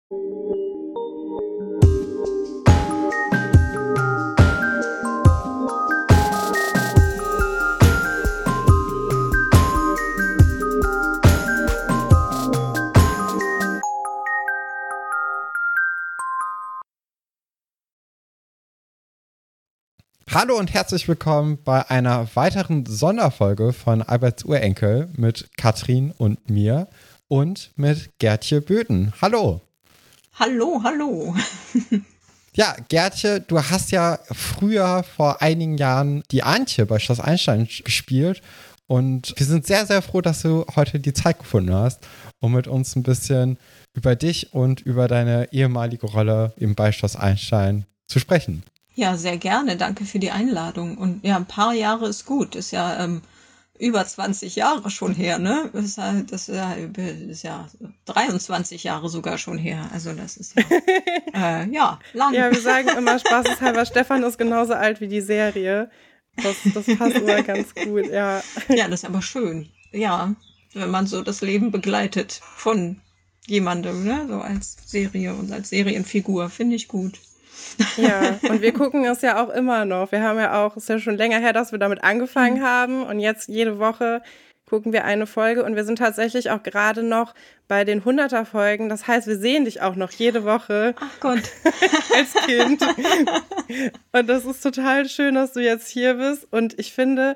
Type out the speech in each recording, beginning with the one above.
Hallo und herzlich willkommen bei einer weiteren Sonderfolge von Alberts Urenkel mit Katrin und mir und mit Gertje Böden. Hallo. Hallo, hallo. Ja, Gertje, du hast ja früher vor einigen Jahren die Antje bei Schloss Einstein gespielt und wir sind sehr, sehr froh, dass du heute die Zeit gefunden hast, um mit uns ein bisschen über dich und über deine ehemalige Rolle im bei Schloss Einstein zu sprechen. Ja, sehr gerne. Danke für die Einladung. Und ja, ein paar Jahre ist gut. Ist ja über 20 Jahre schon her, ne? Das ist ja 23 Jahre sogar schon her. Also das ist ja, ja, lang. Ja, wir sagen immer spaßeshalber, Stefan ist genauso alt wie die Serie. Das passt immer ganz gut, ja. Ja, das ist aber schön. Ja, wenn man so das Leben begleitet von jemandem, ne? So als Serie und als Serienfigur. Finde ich gut. Ja, und wir gucken es ja auch immer noch. Wir haben ja auch, es ist ja schon länger her, dass wir damit angefangen haben und jetzt jede Woche gucken wir eine Folge und wir sind tatsächlich auch gerade noch bei den 100er-Folgen. Das heißt, wir sehen dich auch noch jede Woche. Ach Gott. Als Kind. Und das ist total schön, dass du jetzt hier bist und ich finde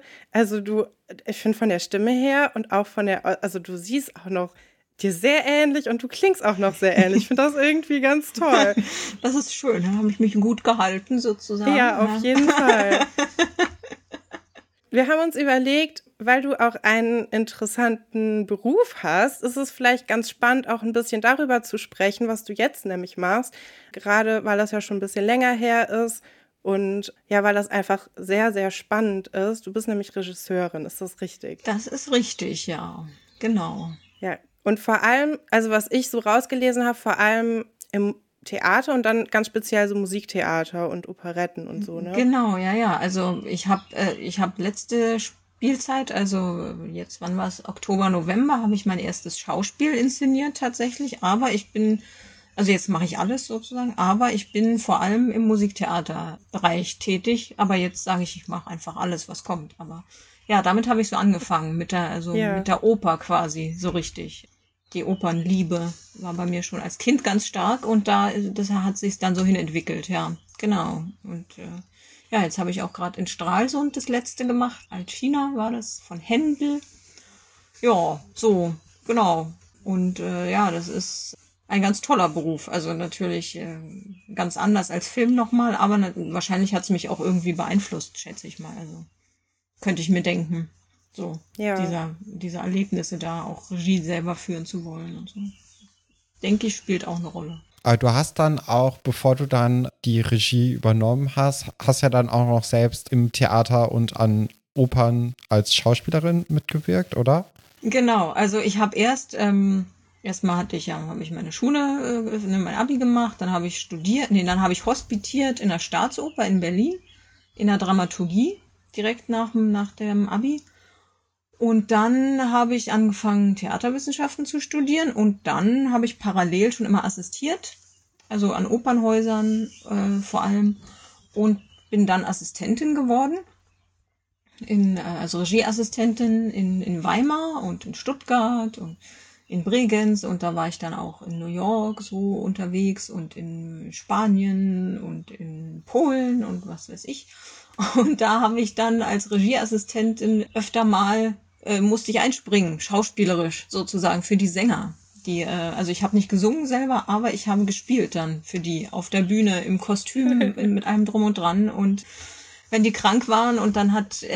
von der Stimme her und auch also du siehst auch noch dir sehr ähnlich und du klingst auch noch sehr ähnlich. Ich finde das irgendwie ganz toll. Das ist schön, da habe ich mich gut gehalten sozusagen. Ja, auf jeden Fall. Wir haben uns überlegt, weil du auch einen interessanten Beruf hast, ist es vielleicht ganz spannend, auch ein bisschen darüber zu sprechen, was du jetzt nämlich machst. Gerade weil das ja schon ein bisschen länger her ist und ja, weil das einfach sehr, sehr spannend ist. Du bist nämlich Regisseurin, ist das richtig? Das ist richtig, ja. Genau. Ja. Und vor allem, also was ich so rausgelesen habe, vor allem im Theater und dann ganz speziell so Musiktheater und Operetten und so, ne? Genau, ja. Also ich hab letzte Spielzeit, also jetzt, wann war es? Oktober, November, habe ich mein erstes Schauspiel inszeniert tatsächlich. Aber also jetzt mache ich alles sozusagen, aber ich bin vor allem im Musiktheaterbereich tätig. Aber jetzt sage ich mache einfach alles, was kommt. Aber ja, damit habe ich so angefangen, mit der Oper quasi, so richtig. Die Opernliebe war bei mir schon als Kind ganz stark und das hat sich dann so hin entwickelt, ja, genau. Und ja, jetzt habe ich auch gerade in Stralsund das letzte gemacht. Alcina war das von Händel. Ja, so, genau. Und ja, das ist ein ganz toller Beruf. Also natürlich ganz anders als Film nochmal, aber wahrscheinlich hat es mich auch irgendwie beeinflusst, schätze ich mal. Also könnte ich mir denken. So, ja. Diese Erlebnisse da, auch Regie selber führen zu wollen und so. Denke ich, spielt auch eine Rolle. Aber du hast dann auch, bevor du dann die Regie übernommen hast ja dann auch noch selbst im Theater und an Opern als Schauspielerin mitgewirkt, oder? Genau, also ich habe erstmal habe ich meine Schule, mein Abi gemacht, dann habe ich dann habe ich hospitiert in der Staatsoper in Berlin, in der Dramaturgie, direkt nach dem Abi. Und dann habe ich angefangen, Theaterwissenschaften zu studieren und dann habe ich parallel schon immer assistiert, also an Opernhäusern vor allem, und bin dann Assistentin geworden, also Regieassistentin in Weimar und in Stuttgart und in Bregenz und da war ich dann auch in New York so unterwegs und in Spanien und in Polen und was weiß ich. Und da habe ich dann als Regieassistentin öfter mal musste ich einspringen, schauspielerisch sozusagen für die Sänger. Also ich habe nicht gesungen selber, aber ich habe gespielt dann für die auf der Bühne im Kostüm mit allem drum und dran. Und wenn die krank waren und dann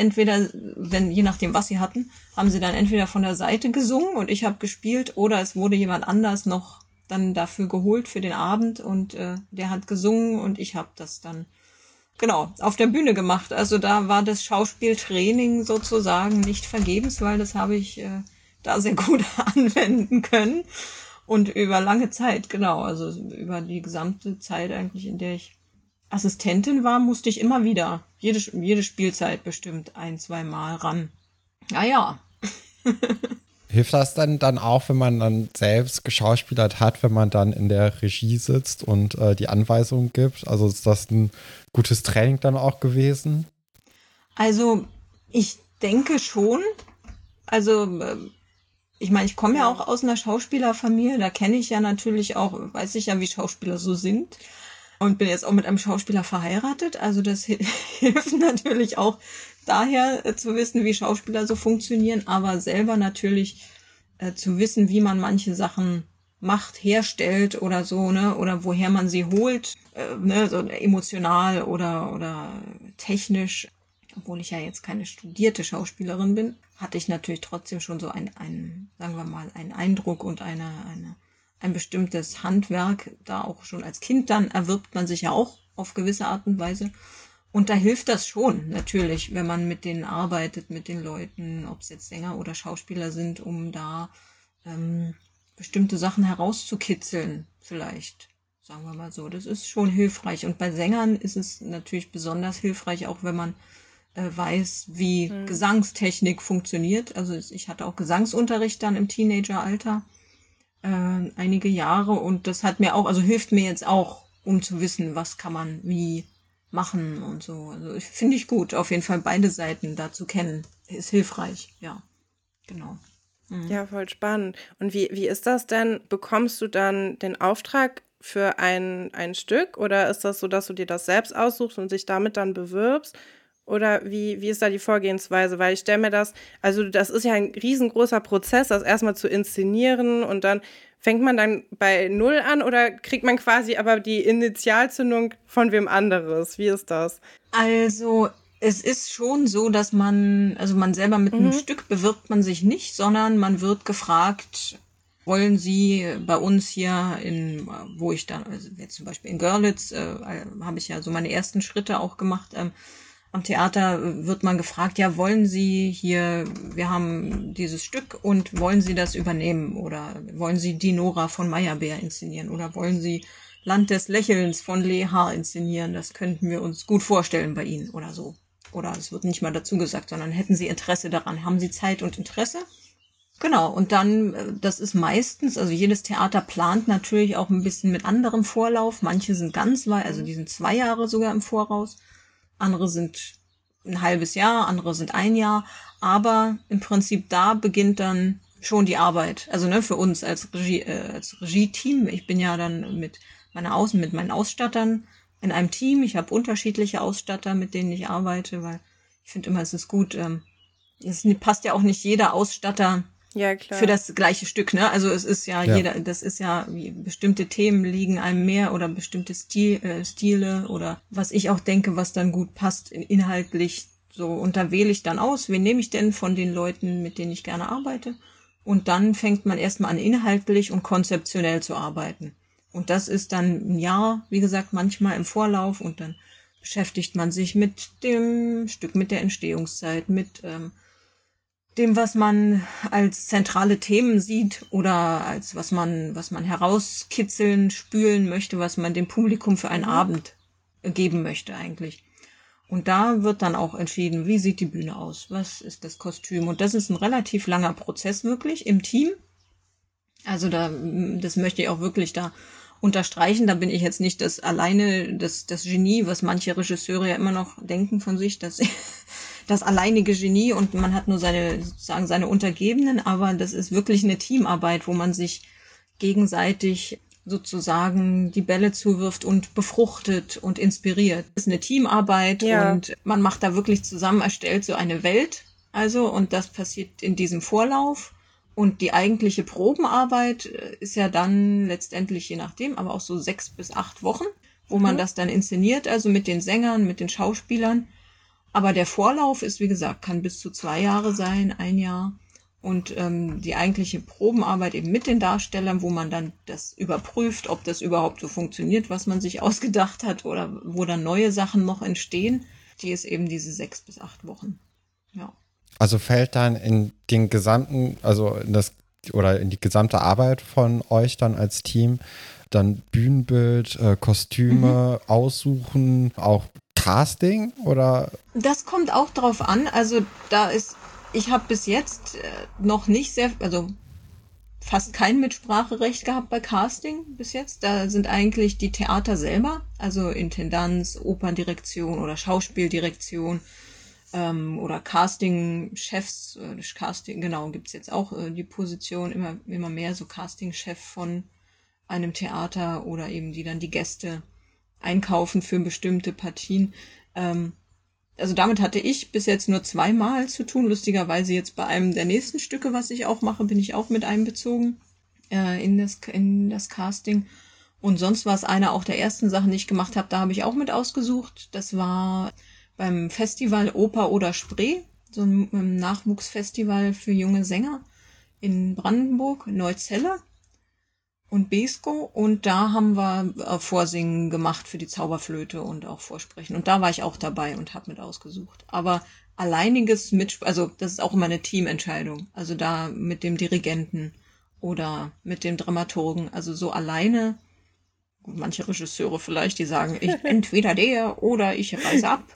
je nachdem was sie hatten, haben sie dann entweder von der Seite gesungen und ich habe gespielt oder es wurde jemand anders noch dann dafür geholt für den Abend und der hat gesungen und ich habe das dann genau, auf der Bühne gemacht. Also da war das Schauspieltraining sozusagen nicht vergebens, weil das habe ich da sehr gut anwenden können. Und über lange Zeit, genau, also über die gesamte Zeit eigentlich, in der ich Assistentin war, musste ich immer wieder, jede Spielzeit bestimmt 1-2 Mal ran. Ja. Hilft das dann auch, wenn man dann selbst geschauspielert hat, wenn man dann in der Regie sitzt und die Anweisungen gibt? Also ist das ein gutes Training dann auch gewesen? Also ich denke schon. Also ich meine, ich komme ja auch aus einer Schauspielerfamilie, da kenne ich ja natürlich auch, weiß ich ja, wie Schauspieler so sind und bin jetzt auch mit einem Schauspieler verheiratet. Also das hilft natürlich auch daher zu wissen, wie Schauspieler so funktionieren, aber selber natürlich zu wissen, wie man manche Sachen macht, herstellt oder so, ne, oder woher man sie holt, ne, so emotional oder technisch. Obwohl ich ja jetzt keine studierte Schauspielerin bin, hatte ich natürlich trotzdem schon so einen, sagen wir mal, einen Eindruck und ein bestimmtes Handwerk. Da auch schon als Kind dann erwirbt man sich ja auch auf gewisse Art und Weise. Und da hilft das schon, natürlich, wenn man mit denen arbeitet, mit den Leuten, ob es jetzt Sänger oder Schauspieler sind, um da bestimmte Sachen herauszukitzeln, vielleicht. Sagen wir mal so. Das ist schon hilfreich. Und bei Sängern ist es natürlich besonders hilfreich, auch wenn man weiß, wie Gesangstechnik funktioniert. Also ich hatte auch Gesangsunterricht dann im Teenageralter einige Jahre und das hat mir auch, also hilft mir jetzt auch, um zu wissen, was kann man wie machen und so. Also finde ich gut, auf jeden Fall beide Seiten da zu kennen, ist hilfreich, ja, genau. Ja, voll spannend. Und wie ist das denn? Bekommst du dann den Auftrag für ein Stück oder ist das so, dass du dir das selbst aussuchst und dich damit dann bewirbst? Oder wie ist da die Vorgehensweise? Weil ich stelle mir also das ist ja ein riesengroßer Prozess, das erstmal zu inszenieren und dann fängt man dann bei Null an oder kriegt man quasi aber die Initialzündung von wem anderes? Wie ist das? Also es ist schon so, dass man selber mit einem Stück bewirbt man sich nicht, sondern man wird gefragt, wollen Sie bei uns hier wo ich dann, also jetzt zum Beispiel in Görlitz, habe ich ja so meine ersten Schritte auch gemacht, am Theater wird man gefragt, ja, wollen Sie hier, wir haben dieses Stück und wollen Sie das übernehmen oder wollen Sie die Nora von Meyerbeer inszenieren oder wollen Sie Land des Lächelns von Lee Haar inszenieren? Das könnten wir uns gut vorstellen bei Ihnen oder so. Oder es wird nicht mal dazu gesagt, sondern hätten Sie Interesse daran? Haben Sie Zeit und Interesse? Genau, und dann, das ist meistens, also jedes Theater plant natürlich auch ein bisschen mit anderem Vorlauf. Manche sind ganz weit, also die sind 2 Jahre sogar im Voraus. Andere sind ein halbes Jahr, andere sind 1 Jahr. Aber im Prinzip da beginnt dann schon die Arbeit. Also ne, für uns als Regie-Team. Ich bin ja dann mit meinen Ausstattern in einem Team. Ich habe unterschiedliche Ausstatter, mit denen ich arbeite, weil ich finde immer, es ist gut. Es passt ja auch nicht jeder Ausstatter für das gleiche Stück, ne? Also es ist ja das ist ja, bestimmte Themen liegen einem mehr oder bestimmte Stile oder was ich auch denke, was dann gut passt inhaltlich so. Und da wähle ich dann aus, wen nehme ich denn von den Leuten, mit denen ich gerne arbeite? Und dann fängt man erstmal an, inhaltlich und konzeptionell zu arbeiten. Und das ist dann ein Jahr, wie gesagt, manchmal im Vorlauf und dann beschäftigt man sich mit dem Stück, mit der Entstehungszeit, mit dem, was man als zentrale Themen sieht oder als was man herauskitzeln, spülen möchte, was man dem Publikum für einen Abend geben möchte eigentlich. Und da wird dann auch entschieden, wie sieht die Bühne aus, was ist das Kostüm. Und das ist ein relativ langer Prozess wirklich im Team. Also das möchte ich auch wirklich da unterstreichen. Da bin ich jetzt nicht das Genie, was manche Regisseure ja immer noch denken von sich, dass das alleinige Genie und man hat nur seine Untergebenen, aber das ist wirklich eine Teamarbeit, wo man sich gegenseitig sozusagen die Bälle zuwirft und befruchtet und inspiriert. Das ist eine Teamarbeit und man macht da wirklich zusammen, erstellt so eine Welt. Also, und das passiert in diesem Vorlauf. Und die eigentliche Probenarbeit ist ja dann letztendlich, je nachdem, aber auch so 6 bis 8 Wochen, wo man das dann inszeniert, also mit den Sängern, mit den Schauspielern. Aber der Vorlauf ist, wie gesagt, kann bis zu 2 Jahre sein, 1 Jahr. Und die eigentliche Probenarbeit eben mit den Darstellern, wo man dann das überprüft, ob das überhaupt so funktioniert, was man sich ausgedacht hat oder wo dann neue Sachen noch entstehen, die ist eben diese 6 bis 8 Wochen. Ja. Also fällt dann in den gesamten, in die gesamte Arbeit von euch dann als Team dann Bühnenbild, Kostüme aussuchen, auch Casting oder? Das kommt auch drauf an. Also da ist Ich habe bis jetzt noch nicht also fast kein Mitspracherecht gehabt bei Casting bis jetzt. Da sind eigentlich die Theater selber, also Intendanz, Operndirektion oder Schauspieldirektion oder Casting-Chefs, Casting, genau, gibt's jetzt auch die Position, immer mehr so Casting-Chef von einem Theater oder eben die dann die Gäste einkaufen für bestimmte Partien. Also damit hatte ich bis jetzt nur 2-mal zu tun. Lustigerweise jetzt bei einem der nächsten Stücke, was ich auch mache, bin ich auch mit einbezogen in das Casting. Und sonst war es eine auch der ersten Sachen, die ich gemacht habe, da habe ich auch mit ausgesucht. Das war beim Festival Oper oder Spree, so ein Nachwuchsfestival für junge Sänger in Brandenburg, Neuzelle und Beeskow. Und da haben wir Vorsingen gemacht für die Zauberflöte und auch Vorsprechen. Und da war ich auch dabei und habe mit ausgesucht. Aber alleiniges also das ist auch immer eine Teamentscheidung. Also da mit dem Dirigenten oder mit dem Dramaturgen. Also so alleine, gut, manche Regisseure vielleicht, die sagen, ich entweder der oder ich reise ab.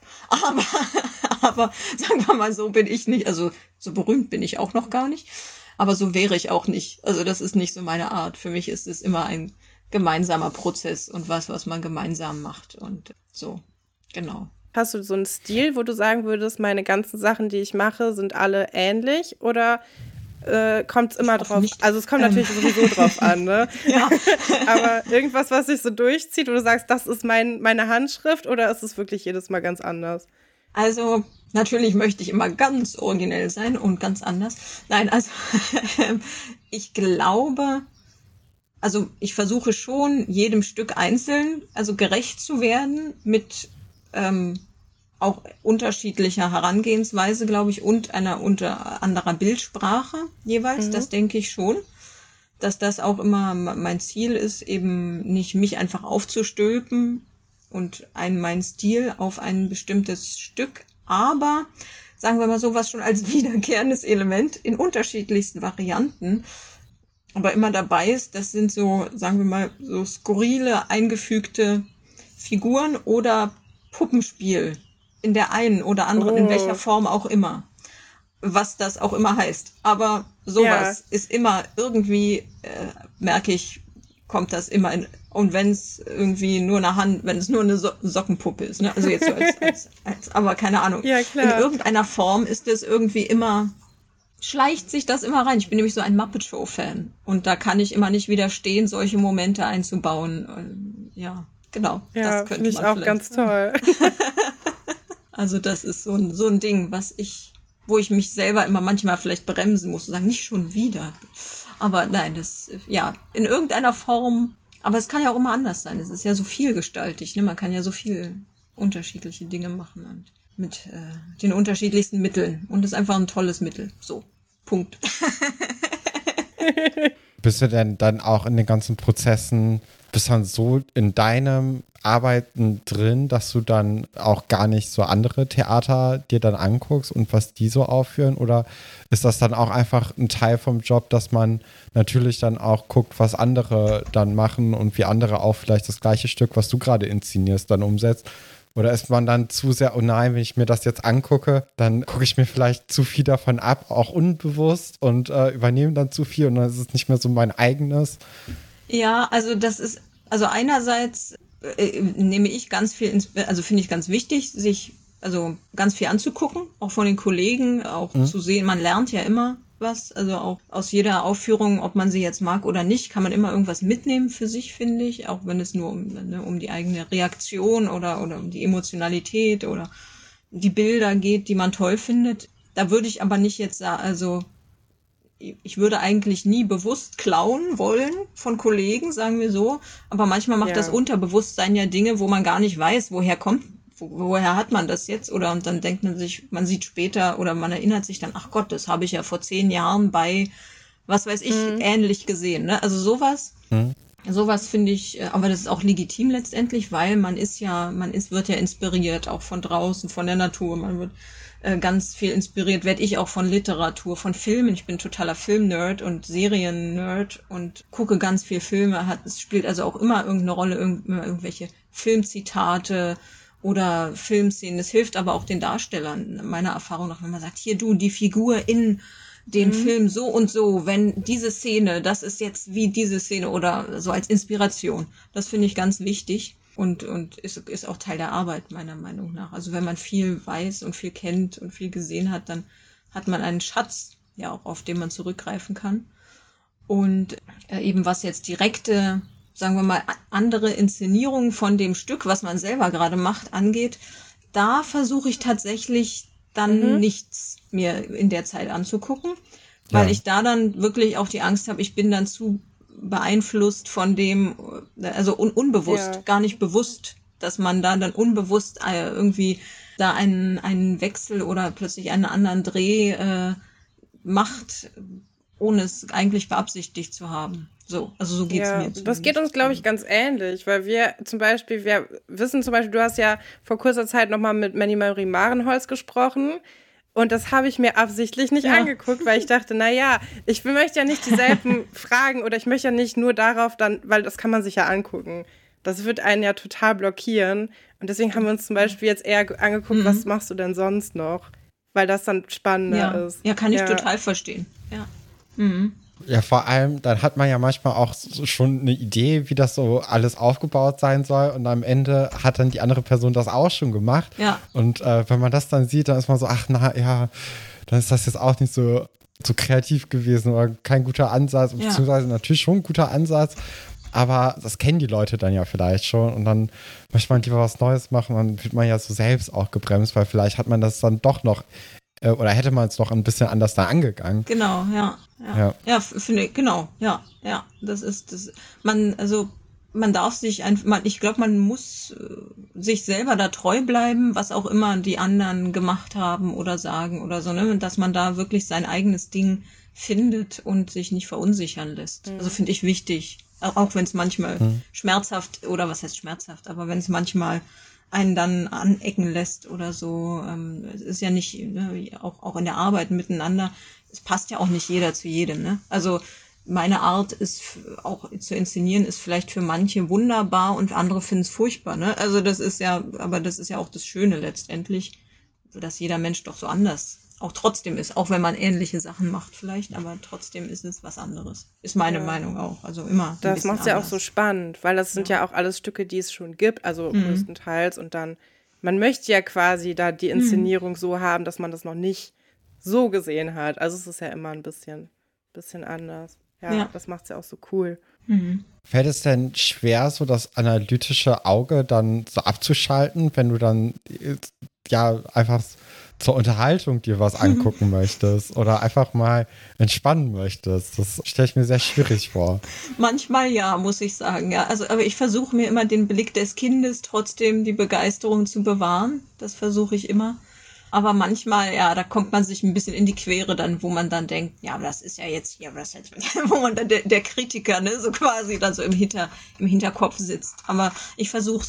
Aber sagen wir mal, so bin ich nicht. Also so berühmt bin ich auch noch gar nicht. Aber so wäre ich auch nicht. Also das ist nicht so meine Art. Für mich ist es immer ein gemeinsamer Prozess und was man gemeinsam macht. Und so, genau. Hast du so einen Stil, wo du sagen würdest, meine ganzen Sachen, die ich mache, sind alle ähnlich? Oder kommt es immer drauf? Also es kommt natürlich sowieso drauf an, ne? Ja. Aber irgendwas, was sich so durchzieht, wo du sagst, das ist meine Handschrift, oder ist es wirklich jedes Mal ganz anders? Also natürlich möchte ich immer ganz originell sein und ganz anders. Nein, also ich glaube, also ich versuche schon, jedem Stück einzeln, also gerecht zu werden mit auch unterschiedlicher Herangehensweise, glaube ich, und einer anderer Bildsprache jeweils. Das denke ich schon, dass das auch immer mein Ziel ist, eben nicht mich einfach aufzustülpen und mein Stil auf ein bestimmtes Stück, aber sagen wir mal sowas schon als wiederkehrendes Element in unterschiedlichsten Varianten, aber immer dabei ist, das sind so, sagen wir mal, so skurrile, eingefügte Figuren oder Puppenspiel in der einen oder anderen, in welcher Form auch immer, was das auch immer heißt. Aber sowas ist immer irgendwie, merke ich, kommt das immer in, und wenn es irgendwie nur wenn es nur eine Sockenpuppe ist, ne? Also jetzt so als aber keine Ahnung. Ja, klar. In irgendeiner Form ist es irgendwie immer, schleicht sich das immer rein. Ich bin nämlich so ein Muppet-Show-Fan und da kann ich immer nicht widerstehen, solche Momente einzubauen. Ja, genau. Ja, das könnte finde ich man auch ganz toll. Also das ist so ein Ding, wo ich mich selber immer manchmal vielleicht bremsen muss und sagen, nicht schon wieder. Aber nein, in irgendeiner Form, aber es kann ja auch immer anders sein. Es ist ja so vielgestaltig, ne? Man kann ja so viel unterschiedliche Dinge machen und mit den unterschiedlichsten Mitteln. Und es ist einfach ein tolles Mittel. So, Punkt. Bist du denn dann auch in den ganzen Prozessen, bist dann so in deinem Arbeiten drin, dass du dann auch gar nicht so andere Theater dir dann anguckst und was die so aufführen? Oder ist das dann auch einfach ein Teil vom Job, dass man natürlich dann auch guckt, was andere dann machen und wie andere auch vielleicht das gleiche Stück, was du gerade inszenierst, dann umsetzt? Oder ist man dann zu sehr, oh nein, wenn ich mir das jetzt angucke, dann gucke ich mir vielleicht zu viel davon ab, auch unbewusst und übernehme dann zu viel und dann ist es nicht mehr so mein eigenes? Ja, also also einerseits nehme ich ganz viel, also finde ich ganz wichtig, sich also ganz viel anzugucken, auch von den Kollegen, auch zu sehen, man lernt ja immer was, also auch aus jeder Aufführung, ob man sie jetzt mag oder nicht, kann man immer irgendwas mitnehmen für sich, finde ich, auch wenn es nur um die eigene Reaktion oder um die Emotionalität oder die Bilder geht, die man toll findet. Da würde ich aber nicht jetzt sagen, also ich würde eigentlich nie bewusst klauen wollen von Kollegen, sagen wir so. Aber manchmal macht das Unterbewusstsein ja Dinge, wo man gar nicht weiß, woher hat man das jetzt? Und dann denkt man sich, man sieht später oder man erinnert sich dann, ach Gott, das habe ich ja vor 10 Jahren bei, was weiß ich, ähnlich gesehen. Ne? Also sowas finde ich, aber das ist auch legitim letztendlich, weil wird ja inspiriert, auch von draußen, von der Natur. Man wird ganz viel inspiriert, werde ich auch von Literatur, von Filmen. Ich bin totaler Film-Nerd und Serien-Nerd und gucke ganz viel Filme. Es spielt also auch immer irgendeine Rolle, irgendwelche Filmzitate oder Filmszenen. Es hilft aber auch den Darstellern, meiner Erfahrung nach, wenn man sagt, hier du, die Figur in den Film so und so, wenn diese Szene, das ist jetzt wie diese Szene oder so als Inspiration. Das finde ich ganz wichtig und ist auch Teil der Arbeit, meiner Meinung nach. Also wenn man viel weiß und viel kennt und viel gesehen hat, dann hat man einen Schatz, ja auch, auf den man zurückgreifen kann. Und eben was jetzt direkte, sagen wir mal, andere Inszenierungen von dem Stück, was man selber gerade macht, angeht, da versuche ich tatsächlich dann nichts mir in der Zeit anzugucken, weil ich da dann wirklich auch die Angst habe, ich bin dann zu beeinflusst von dem, also unbewusst, gar nicht bewusst, dass man da dann unbewusst irgendwie da einen Wechsel oder plötzlich einen anderen Dreh macht, ohne es eigentlich beabsichtigt zu haben. So, also so geht's mir. Das geht uns, glaube ich, ganz ähnlich, weil wir wissen zum Beispiel, du hast ja vor kurzer Zeit nochmal mit Manny-Marie Marenholz gesprochen und das habe ich mir absichtlich nicht angeguckt, weil ich dachte, ich möchte ja nicht dieselben Fragen oder ich möchte ja nicht nur darauf dann, weil das kann man sich ja angucken. Das wird einen ja total blockieren und deswegen haben wir uns zum Beispiel jetzt eher angeguckt, was machst du denn sonst noch? Weil das dann spannender ist. Ja, kann ich total verstehen. Ja. Mhm. Ja, vor allem, dann hat man ja manchmal auch schon eine Idee, wie das so alles aufgebaut sein soll und am Ende hat dann die andere Person das auch schon gemacht. Ja. Und wenn man das dann sieht, dann ist man so, dann ist das jetzt auch nicht so kreativ gewesen oder kein guter Ansatz, beziehungsweise natürlich schon ein guter Ansatz, aber das kennen die Leute dann ja vielleicht schon und dann möchte man lieber was Neues machen, dann wird man ja so selbst auch gebremst, weil vielleicht hat man das dann doch noch oder hätte man es noch ein bisschen anders da angegangen. Genau, ja, finde ich, genau, ja, das ist das. Man darf sich einfach, ich glaube, man muss sich selber da treu bleiben, was auch immer die anderen gemacht haben oder sagen oder so, ne, und dass man da wirklich sein eigenes Ding findet und sich nicht verunsichern lässt. Also finde ich wichtig, auch wenn es manchmal schmerzhaft, oder was heißt schmerzhaft, aber wenn es manchmal einen dann anecken lässt oder so. Es ist ja nicht, ne, auch in der Arbeit miteinander, es passt ja auch nicht jeder zu jedem. Ne? Also meine Art ist auch zu inszenieren, ist vielleicht für manche wunderbar und andere finden es furchtbar. Ne? Also das ist ja auch das Schöne letztendlich, dass jeder Mensch doch so anders auch trotzdem ist, auch wenn man ähnliche Sachen macht vielleicht, aber trotzdem ist es was anderes. Ist meine Meinung auch. Also immer. Das macht es ja auch so spannend, weil das sind ja auch alles Stücke, die es schon gibt, also größtenteils. Und dann, man möchte ja quasi da die Inszenierung so haben, dass man das noch nicht so gesehen hat. Also es ist ja immer ein bisschen anders. Ja, das macht es ja auch so cool. Fällt es denn schwer, so das analytische Auge dann so abzuschalten, wenn du dann einfach zur Unterhaltung dir was angucken möchtest oder einfach mal entspannen möchtest? Das stelle ich mir sehr schwierig vor. Manchmal ja, muss ich sagen. Ja, also, aber ich versuche mir immer den Blick des Kindes trotzdem die Begeisterung zu bewahren. Das versuche ich immer. Aber manchmal, da kommt man sich ein bisschen in die Quere dann, wo man dann denkt, ja, das ist ja jetzt hier, wo man dann der Kritiker, ne, so quasi dann so im Hinterkopf sitzt. Aber ich versuche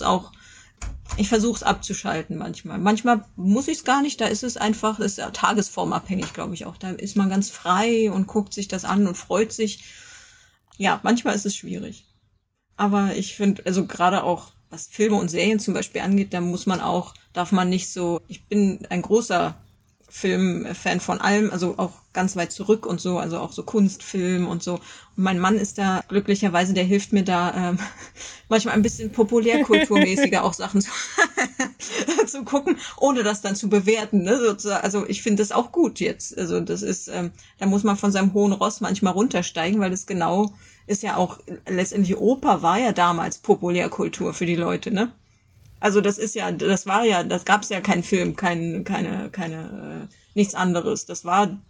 es abzuschalten manchmal. Manchmal muss ich es gar nicht, da ist es einfach, ist ja tagesformabhängig, glaube ich auch. Da ist man ganz frei und guckt sich das an und freut sich. Ja, manchmal ist es schwierig. Aber ich finde, also gerade auch, was Filme und Serien zum Beispiel angeht, darf man nicht so, ich bin ein großer Filmfan von allem, also auch ganz weit zurück und so, also auch so Kunstfilm und so. Und mein Mann ist da glücklicherweise, der hilft mir da manchmal ein bisschen populärkulturmäßiger auch Sachen zu gucken, ohne das dann zu bewerten. Ne? Also ich finde das auch gut jetzt. Also das ist, da muss man von seinem hohen Ross manchmal runtersteigen, weil das genau ist ja auch, letztendlich Oper war ja damals Populärkultur für die Leute, ne? Also das gab's ja keinen Film, nichts anderes. waren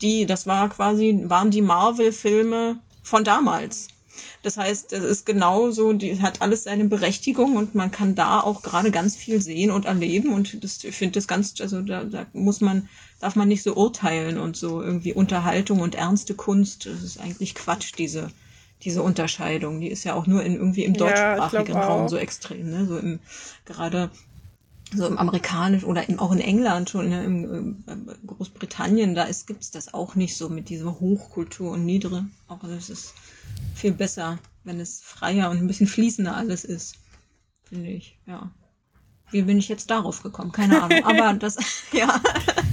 die Marvel-Filme von damals. Das heißt, es ist genauso, die hat alles seine Berechtigung und man kann da auch gerade ganz viel sehen und erleben und ich finde das ganz, also da darf man nicht so urteilen und so irgendwie Unterhaltung und ernste Kunst, das ist eigentlich Quatsch, diese Unterscheidung, die ist ja auch nur im deutschsprachigen Raum so extrem, ne? Gerade so im amerikanischen oder auch in England schon, ne? In Großbritannien, gibt's das auch nicht so mit dieser Hochkultur und Niedere. Auch das ist viel besser, wenn es freier und ein bisschen fließender alles ist, finde ich, ja. Wie bin ich jetzt darauf gekommen? Keine Ahnung. Aber das, ja.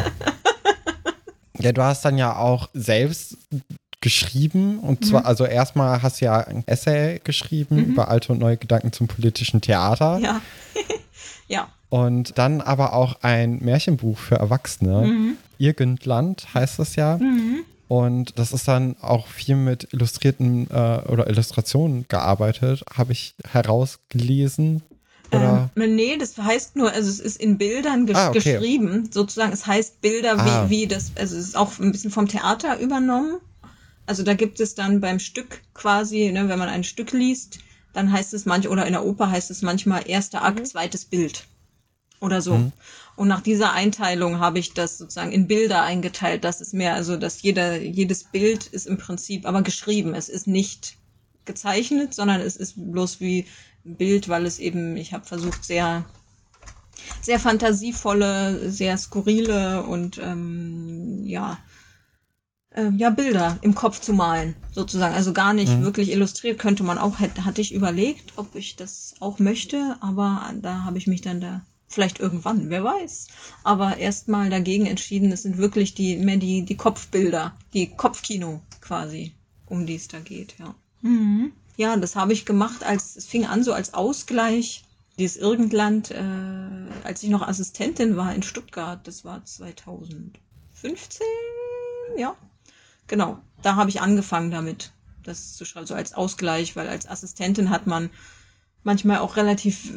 Ja, du hast dann ja auch selbst geschrieben und zwar, also erstmal hast du ja ein Essay geschrieben über alte und neue Gedanken zum politischen Theater. Ja. Ja. Und dann aber auch ein Märchenbuch für Erwachsene. Irgendland heißt das ja. Und das ist dann auch viel mit illustrierten oder Illustrationen gearbeitet, habe ich herausgelesen. Oder? Nee, das heißt nur, also es ist in Bildern geschrieben, sozusagen. Es heißt Bilder wie das, also es ist auch ein bisschen vom Theater übernommen. Also da gibt es dann beim Stück quasi, ne, wenn man ein Stück liest, dann heißt es oder in der Oper heißt es manchmal erster Akt, zweites Bild oder so. Und nach dieser Einteilung habe ich das sozusagen in Bilder eingeteilt. Das ist mehr, also dass jedes Bild ist im Prinzip aber geschrieben. Es ist nicht gezeichnet, sondern es ist bloß wie ein Bild, weil es eben, ich habe versucht, sehr, sehr fantasievolle, sehr skurrile und Bilder im Kopf zu malen, sozusagen. Also gar nicht wirklich illustriert, könnte man auch, hatte ich überlegt, ob ich das auch möchte, aber da habe ich mich dann vielleicht irgendwann, wer weiß, aber erstmal dagegen entschieden, es sind wirklich die Kopfbilder, die Kopfkino quasi, um die es da geht, ja. Ja, das habe ich gemacht, es fing an so als Ausgleich, dieses Irgendland, als ich noch Assistentin war in Stuttgart, das war 2015, ja, genau, da habe ich angefangen damit, das zu schreiben, so als Ausgleich, weil als Assistentin hat man manchmal auch relativ,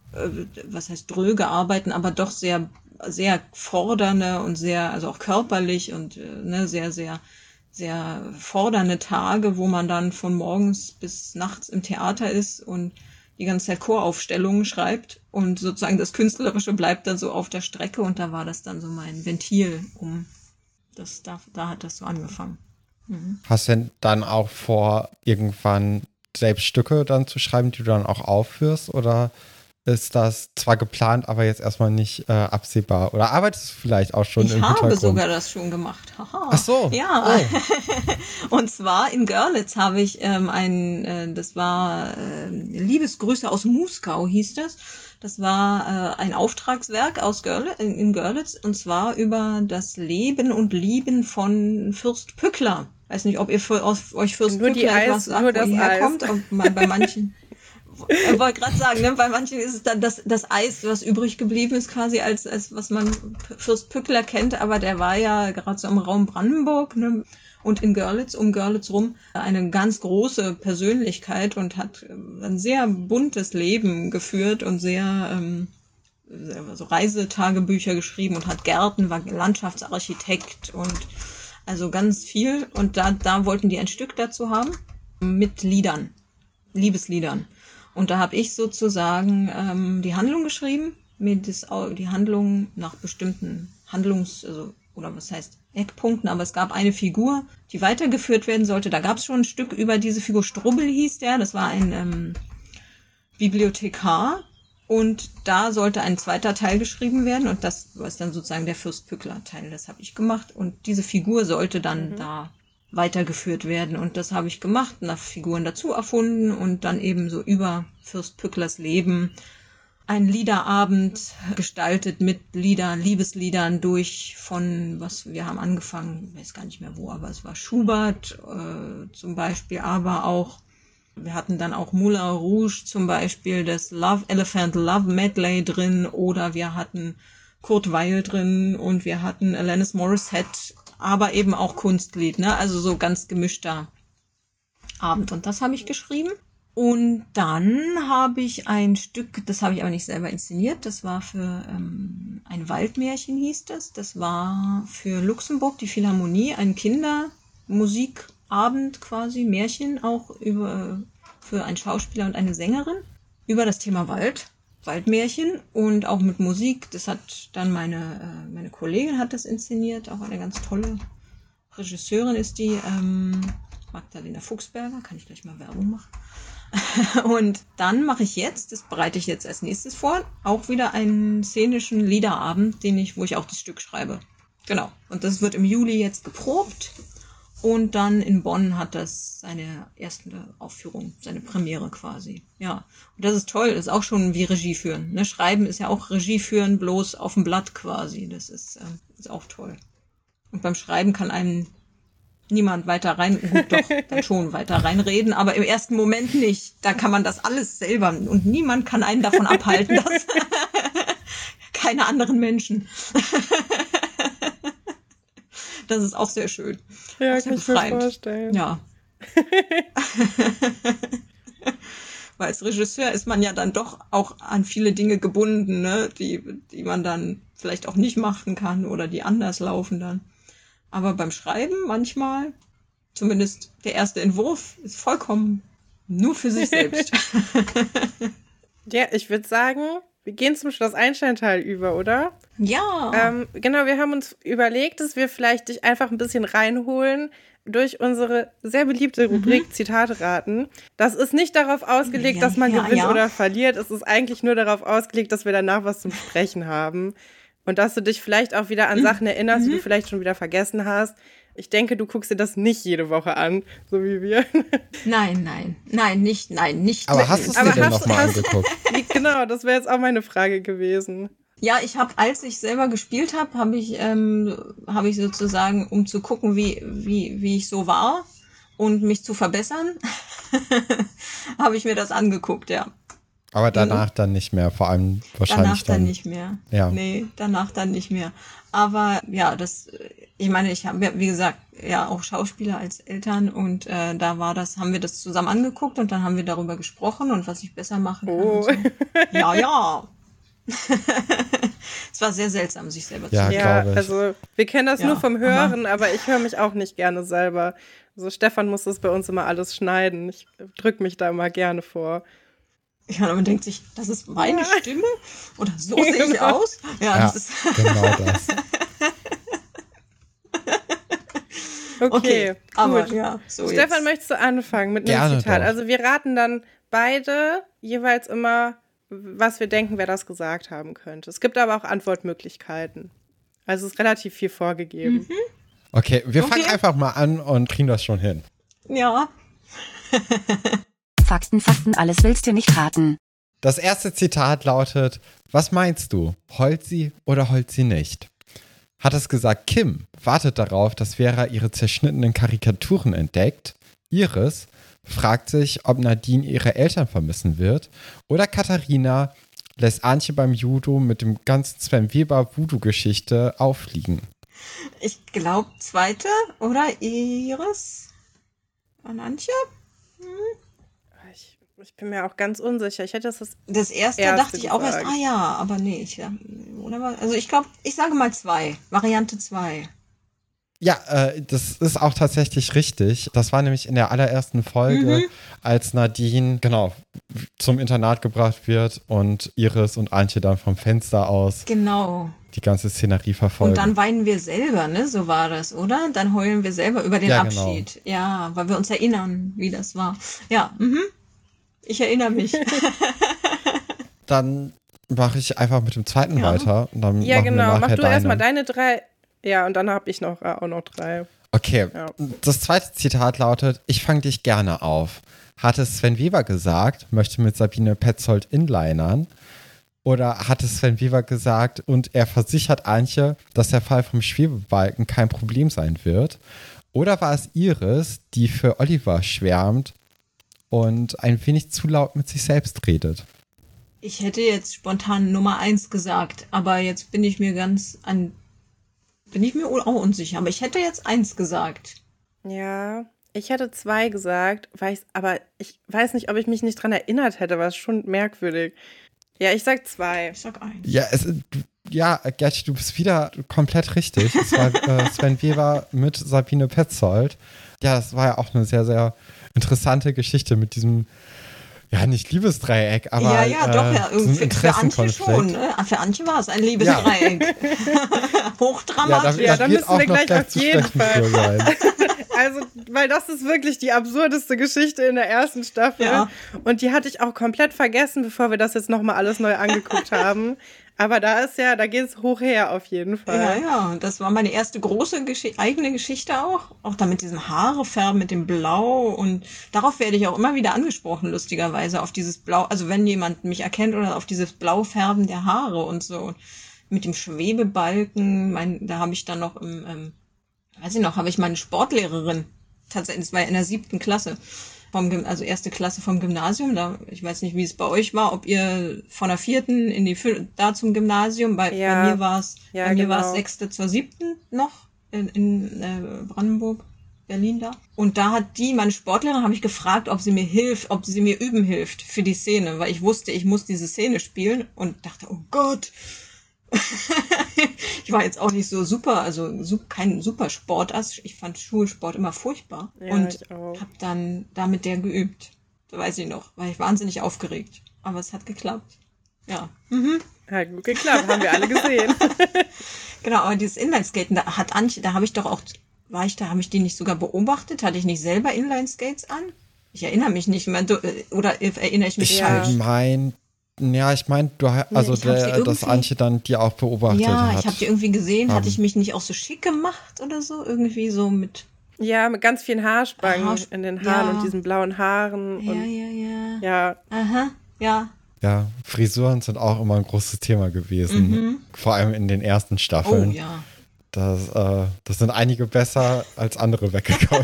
dröge Arbeiten, aber doch sehr, sehr fordernde und sehr, also auch körperlich und sehr, sehr, sehr fordernde Tage, wo man dann von morgens bis nachts im Theater ist und die ganze Zeit Choraufstellungen schreibt und sozusagen das Künstlerische bleibt dann so auf der Strecke und da war das dann so mein Ventil, da hat das so angefangen. Hast du denn dann auch vor, irgendwann selbst Stücke dann zu schreiben, die du dann auch aufführst, oder ist das zwar geplant, aber jetzt erstmal nicht absehbar? Oder arbeitest du vielleicht auch schon im Hintergrund? Ich habe sogar das schon gemacht. Haha. Ach so. Ja. Oh. Und zwar in Görlitz habe ich das war Liebesgrüße aus Muskau hieß das. Das war ein Auftragswerk in Görlitz und zwar über das Leben und Lieben von Fürst Pückler. Weiß nicht, ob ihr euch Fürst Pückler etwas sagt, wo ihr herkommt. Bei manchen... Ich wollte gerade sagen, ne, bei manchen ist es dann das Eis, was übrig geblieben ist, quasi als was man Fürst Pückler kennt, aber der war ja gerade so im Raum Brandenburg, ne, und in Görlitz, um Görlitz rum, eine ganz große Persönlichkeit und hat ein sehr buntes Leben geführt und sehr so Reisetagebücher geschrieben und hat Gärten, war Landschaftsarchitekt und also ganz viel. Und da wollten die ein Stück dazu haben mit Liedern, Liebesliedern. Und da habe ich sozusagen die Handlung geschrieben, die Handlung nach bestimmten Eckpunkten, aber es gab eine Figur, die weitergeführt werden sollte. Da gab es schon ein Stück über diese Figur, Strubbel hieß der, das war ein Bibliothekar und da sollte ein zweiter Teil geschrieben werden und das war dann sozusagen der Fürst Pückler-Teil, das habe ich gemacht und diese Figur sollte dann da weitergeführt werden und das habe ich gemacht, nach Figuren dazu erfunden und dann eben so über Fürst Pücklers Leben einen Liederabend gestaltet mit Liebesliedern wir haben angefangen, ich weiß gar nicht mehr wo, aber es war Schubert zum Beispiel, aber auch, wir hatten dann auch Moulin Rouge zum Beispiel, das Love Elephant Love Medley drin oder wir hatten Kurt Weill drin und wir hatten Alanis Morissette, aber eben auch Kunstlied, ne? Also so ganz gemischter Abend. Und das habe ich geschrieben. Und dann habe ich ein Stück, das habe ich aber nicht selber inszeniert, das war für ein Waldmärchen hieß das. Das war für Luxemburg, die Philharmonie, ein Kindermusikabend quasi, Märchen auch für einen Schauspieler und eine Sängerin über das Thema Waldmärchen und auch mit Musik. Das hat dann meine Kollegin hat das inszeniert, auch eine ganz tolle Regisseurin ist die, Magdalena Fuchsberger, kann ich gleich mal Werbung machen. Und dann mache ich das bereite ich jetzt als nächstes vor, auch wieder einen szenischen Liederabend, wo ich auch das Stück schreibe. Genau. Und das wird im Juli jetzt geprobt Und dann in Bonn hat das seine erste Aufführung, seine Premiere quasi. Ja, und das ist toll, das ist auch schon wie Regie führen. Ne? Schreiben ist ja auch Regie führen, bloß auf dem Blatt quasi. Das ist auch toll. Und beim Schreiben kann einem niemand weiter rein, gut, doch, dann schon weiter reinreden, aber im ersten Moment nicht. Da kann man das alles selber und niemand kann einen davon abhalten, dass keine anderen Menschen. Das ist auch sehr schön. Ja, auch sehr kann ich mir vorstellen. Ja. Weil als Regisseur ist man ja dann doch auch an viele Dinge gebunden, ne? die man dann vielleicht auch nicht machen kann oder die anders laufen dann. Aber beim Schreiben manchmal, zumindest der erste Entwurf, ist vollkommen nur für sich selbst. Ja, ich würde sagen, wir gehen zum Schloss Einstein-Teil über, oder? Ja. Genau, wir haben uns überlegt, dass wir vielleicht dich einfach ein bisschen reinholen durch unsere sehr beliebte Rubrik Zitate raten. Das ist nicht darauf ausgelegt, dass man gewinnt oder verliert. Es ist eigentlich nur darauf ausgelegt, dass wir danach was zum Sprechen haben. Und dass du dich vielleicht auch wieder an Sachen erinnerst, die du vielleicht schon wieder vergessen hast. Ich denke, du guckst dir das nicht jede Woche an, so wie wir. Nein, nicht. Aber hast du es dir denn nochmal angeguckt? Genau, das wäre jetzt auch meine Frage gewesen. Ja, als ich selber gespielt habe, habe ich sozusagen, um zu gucken, wie ich so war und mich zu verbessern, habe ich mir das angeguckt, ja. Aber danach dann nicht mehr, vor allem wahrscheinlich danach dann nicht mehr. Ja. Nee, danach dann nicht mehr. Aber ja, ich meine, ich habe, wie gesagt, ja auch Schauspieler als Eltern und haben wir das zusammen angeguckt und dann haben wir darüber gesprochen und was ich besser machen kann. Oh. Und so. Ja. Es war sehr seltsam, sich selber zu hören. Ja, also wir kennen das nur vom Hören, aber ich höre mich auch nicht gerne selber. Also Stefan muss das bei uns immer alles schneiden. Ich drücke mich da immer gerne vor. Ja, man denkt sich, das ist meine Stimme? Oder so sehe ich aus? Ja, das ist genau das. Okay, gut. Aber ja, so Stefan, jetzt. Möchtest du anfangen mit einem Zitat? Doch. Also wir raten dann beide jeweils immer, was wir denken, wer das gesagt haben könnte. Es gibt aber auch Antwortmöglichkeiten. Also es ist relativ viel vorgegeben. Okay, wir fangen einfach mal an und kriegen das schon hin. Ja. Fakten, alles willst du nicht raten. Das erste Zitat lautet: Was meinst du? Heult sie oder heult sie nicht? Hat es gesagt, Kim wartet darauf, dass Vera ihre zerschnittenen Karikaturen entdeckt. Iris fragt sich, ob Nadine ihre Eltern vermissen wird. Oder Katharina lässt Antje beim Judo mit dem ganzen Sven Weber Voodoo-Geschichte auffliegen. Ich glaube, zweite, oder? Iris? An Antje? Ich bin mir auch ganz unsicher. Ich hätte das erste dachte ich auch erst, aber nee. Also ich glaube, ich sage mal 2. Variante 2. Ja, das ist auch tatsächlich richtig. Das war nämlich in der allerersten Folge, als Nadine, zum Internat gebracht wird und Iris und Antje dann vom Fenster aus die ganze Szenerie verfolgen. Und dann weinen wir selber, ne? So war das, oder? Dann heulen wir selber über den Abschied. Genau. Ja, weil wir uns erinnern, wie das war. Ja, ich erinnere mich. Dann mache ich einfach mit dem zweiten weiter. Und dann mach du erstmal deine 3. Ja, und dann habe ich auch noch 3. Okay, Das zweite Zitat lautet: Ich fange dich gerne auf. Hat es Sven Weber gesagt, möchte mit Sabine Petzold inlinern? Oder hat es Sven Weber gesagt und er versichert Antje, dass der Fall vom Schwebebalken kein Problem sein wird? Oder war es Iris, die für Oliver schwärmt und ein wenig zu laut mit sich selbst redet? Ich hätte jetzt spontan Nummer 1 gesagt, aber jetzt bin ich mir auch unsicher. Aber ich hätte jetzt 1 gesagt. Ja, ich hätte 2 gesagt, aber ich weiß nicht, ob ich mich nicht dran erinnert hätte, war schon merkwürdig. Ja, ich sag 2. Ich sag 1. Ja, Gerti, du bist wieder komplett richtig. Es war Sven Weber mit Sabine Petzold. Ja, das war ja auch eine sehr, sehr interessante Geschichte mit diesem, nicht Liebesdreieck, aber für Antje schon. Ne? Für Antje war es ein Liebesdreieck. Hochdramatisch. Da müssen wir gleich auf jeden Fall Also, weil das ist wirklich die absurdeste Geschichte in der ersten Staffel. Ja. Und die hatte ich auch komplett vergessen, bevor wir das jetzt nochmal alles neu angeguckt haben. Aber da geht es hoch her auf jeden Fall. Ja, und das war meine erste große eigene Geschichte auch. Auch da mit diesem Haarefärben, mit dem Blau. Und darauf werde ich auch immer wieder angesprochen, lustigerweise, auf dieses Blau. Also wenn jemand mich erkennt oder auf dieses Blaufärben der Haare und so. Mit dem Schwebebalken, da habe ich dann noch habe ich meine Sportlehrerin, tatsächlich, das war ja in der 7. Klasse, also 1. Klasse vom Gymnasium, ich weiß nicht, wie es bei euch war, ob ihr von der 4. da zum Gymnasium, bei mir war es 6. zur 7. noch in Brandenburg, Berlin da. Und da hat meine Sportlehrerin, habe ich gefragt, ob sie mir üben hilft für die Szene, weil ich wusste, ich muss diese Szene spielen und dachte, oh Gott. Ich war jetzt auch nicht so super, also kein super Sportass. Ich fand Schulsport immer furchtbar. Ja, und habe dann da mit der geübt. Da weiß ich noch, war ich wahnsinnig aufgeregt. Aber es hat geklappt. Ja. Mhm. Hat gut geklappt, haben wir alle gesehen. Genau, aber dieses Inlineskaten, da hat Antje, da habe ich doch auch, habe ich die nicht sogar beobachtet? Hatte ich nicht selber Inlineskates an? Ich erinnere mich nicht mehr, oder erinnere ich mich falsch? Ich meine, dass Antje dann die auch beobachtet hat. Ja, ich habe die irgendwie gesehen. Hatte ich mich nicht auch so schick gemacht oder so? Irgendwie so mit... Ja, mit ganz vielen Haarspangen in den Haaren und diesen blauen Haaren. Ja. Aha, ja. Ja, Frisuren sind auch immer ein großes Thema gewesen. Mhm. Vor allem in den ersten Staffeln. Oh, ja. Das sind einige besser als andere weggekommen.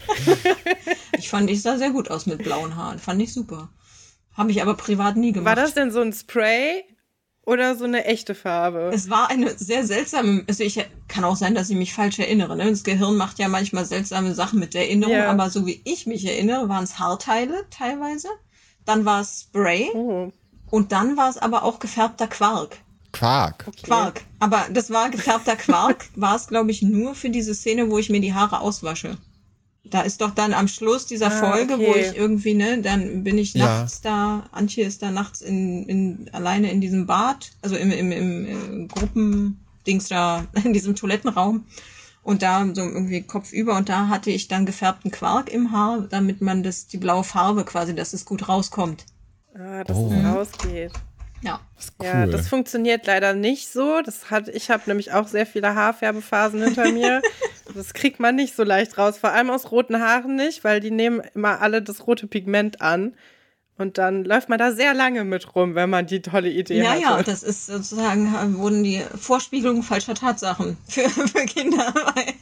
Ich sah sehr gut aus mit blauen Haaren. Fand ich super. Habe ich aber privat nie gemacht. War das denn so ein Spray oder so eine echte Farbe? Es war eine sehr seltsame, also kann auch sein, dass ich mich falsch erinnere. Ne? Das Gehirn macht ja manchmal seltsame Sachen mit der Erinnerung, aber so wie ich mich erinnere, waren es Haarteile teilweise. Dann war es Spray und dann war es aber auch gefärbter Quark. Quark? Okay. Quark. Aber das war gefärbter Quark, war es, glaube ich, nur für diese Szene, wo ich mir die Haare auswasche. Da ist doch dann am Schluss dieser Folge, wo ich irgendwie, dann bin ich nachts da, Antje ist da nachts alleine in diesem Bad, also im Gruppendings da, in diesem Toilettenraum und da so irgendwie kopfüber und da hatte ich dann gefärbten Quark im Haar, damit man die blaue Farbe quasi, dass es gut rauskommt. Dass es rausgeht. Ja. Das ist cool. Ja, das funktioniert leider nicht so. Ich habe nämlich auch sehr viele Haarfärbephasen hinter mir. Das kriegt man nicht so leicht raus, vor allem aus roten Haaren nicht, weil die nehmen immer alle das rote Pigment an. Und dann läuft man da sehr lange mit rum, wenn man die tolle Idee hat. Ja, das ist sozusagen, wurden die Vorspiegelungen falscher Tatsachen für Kinder.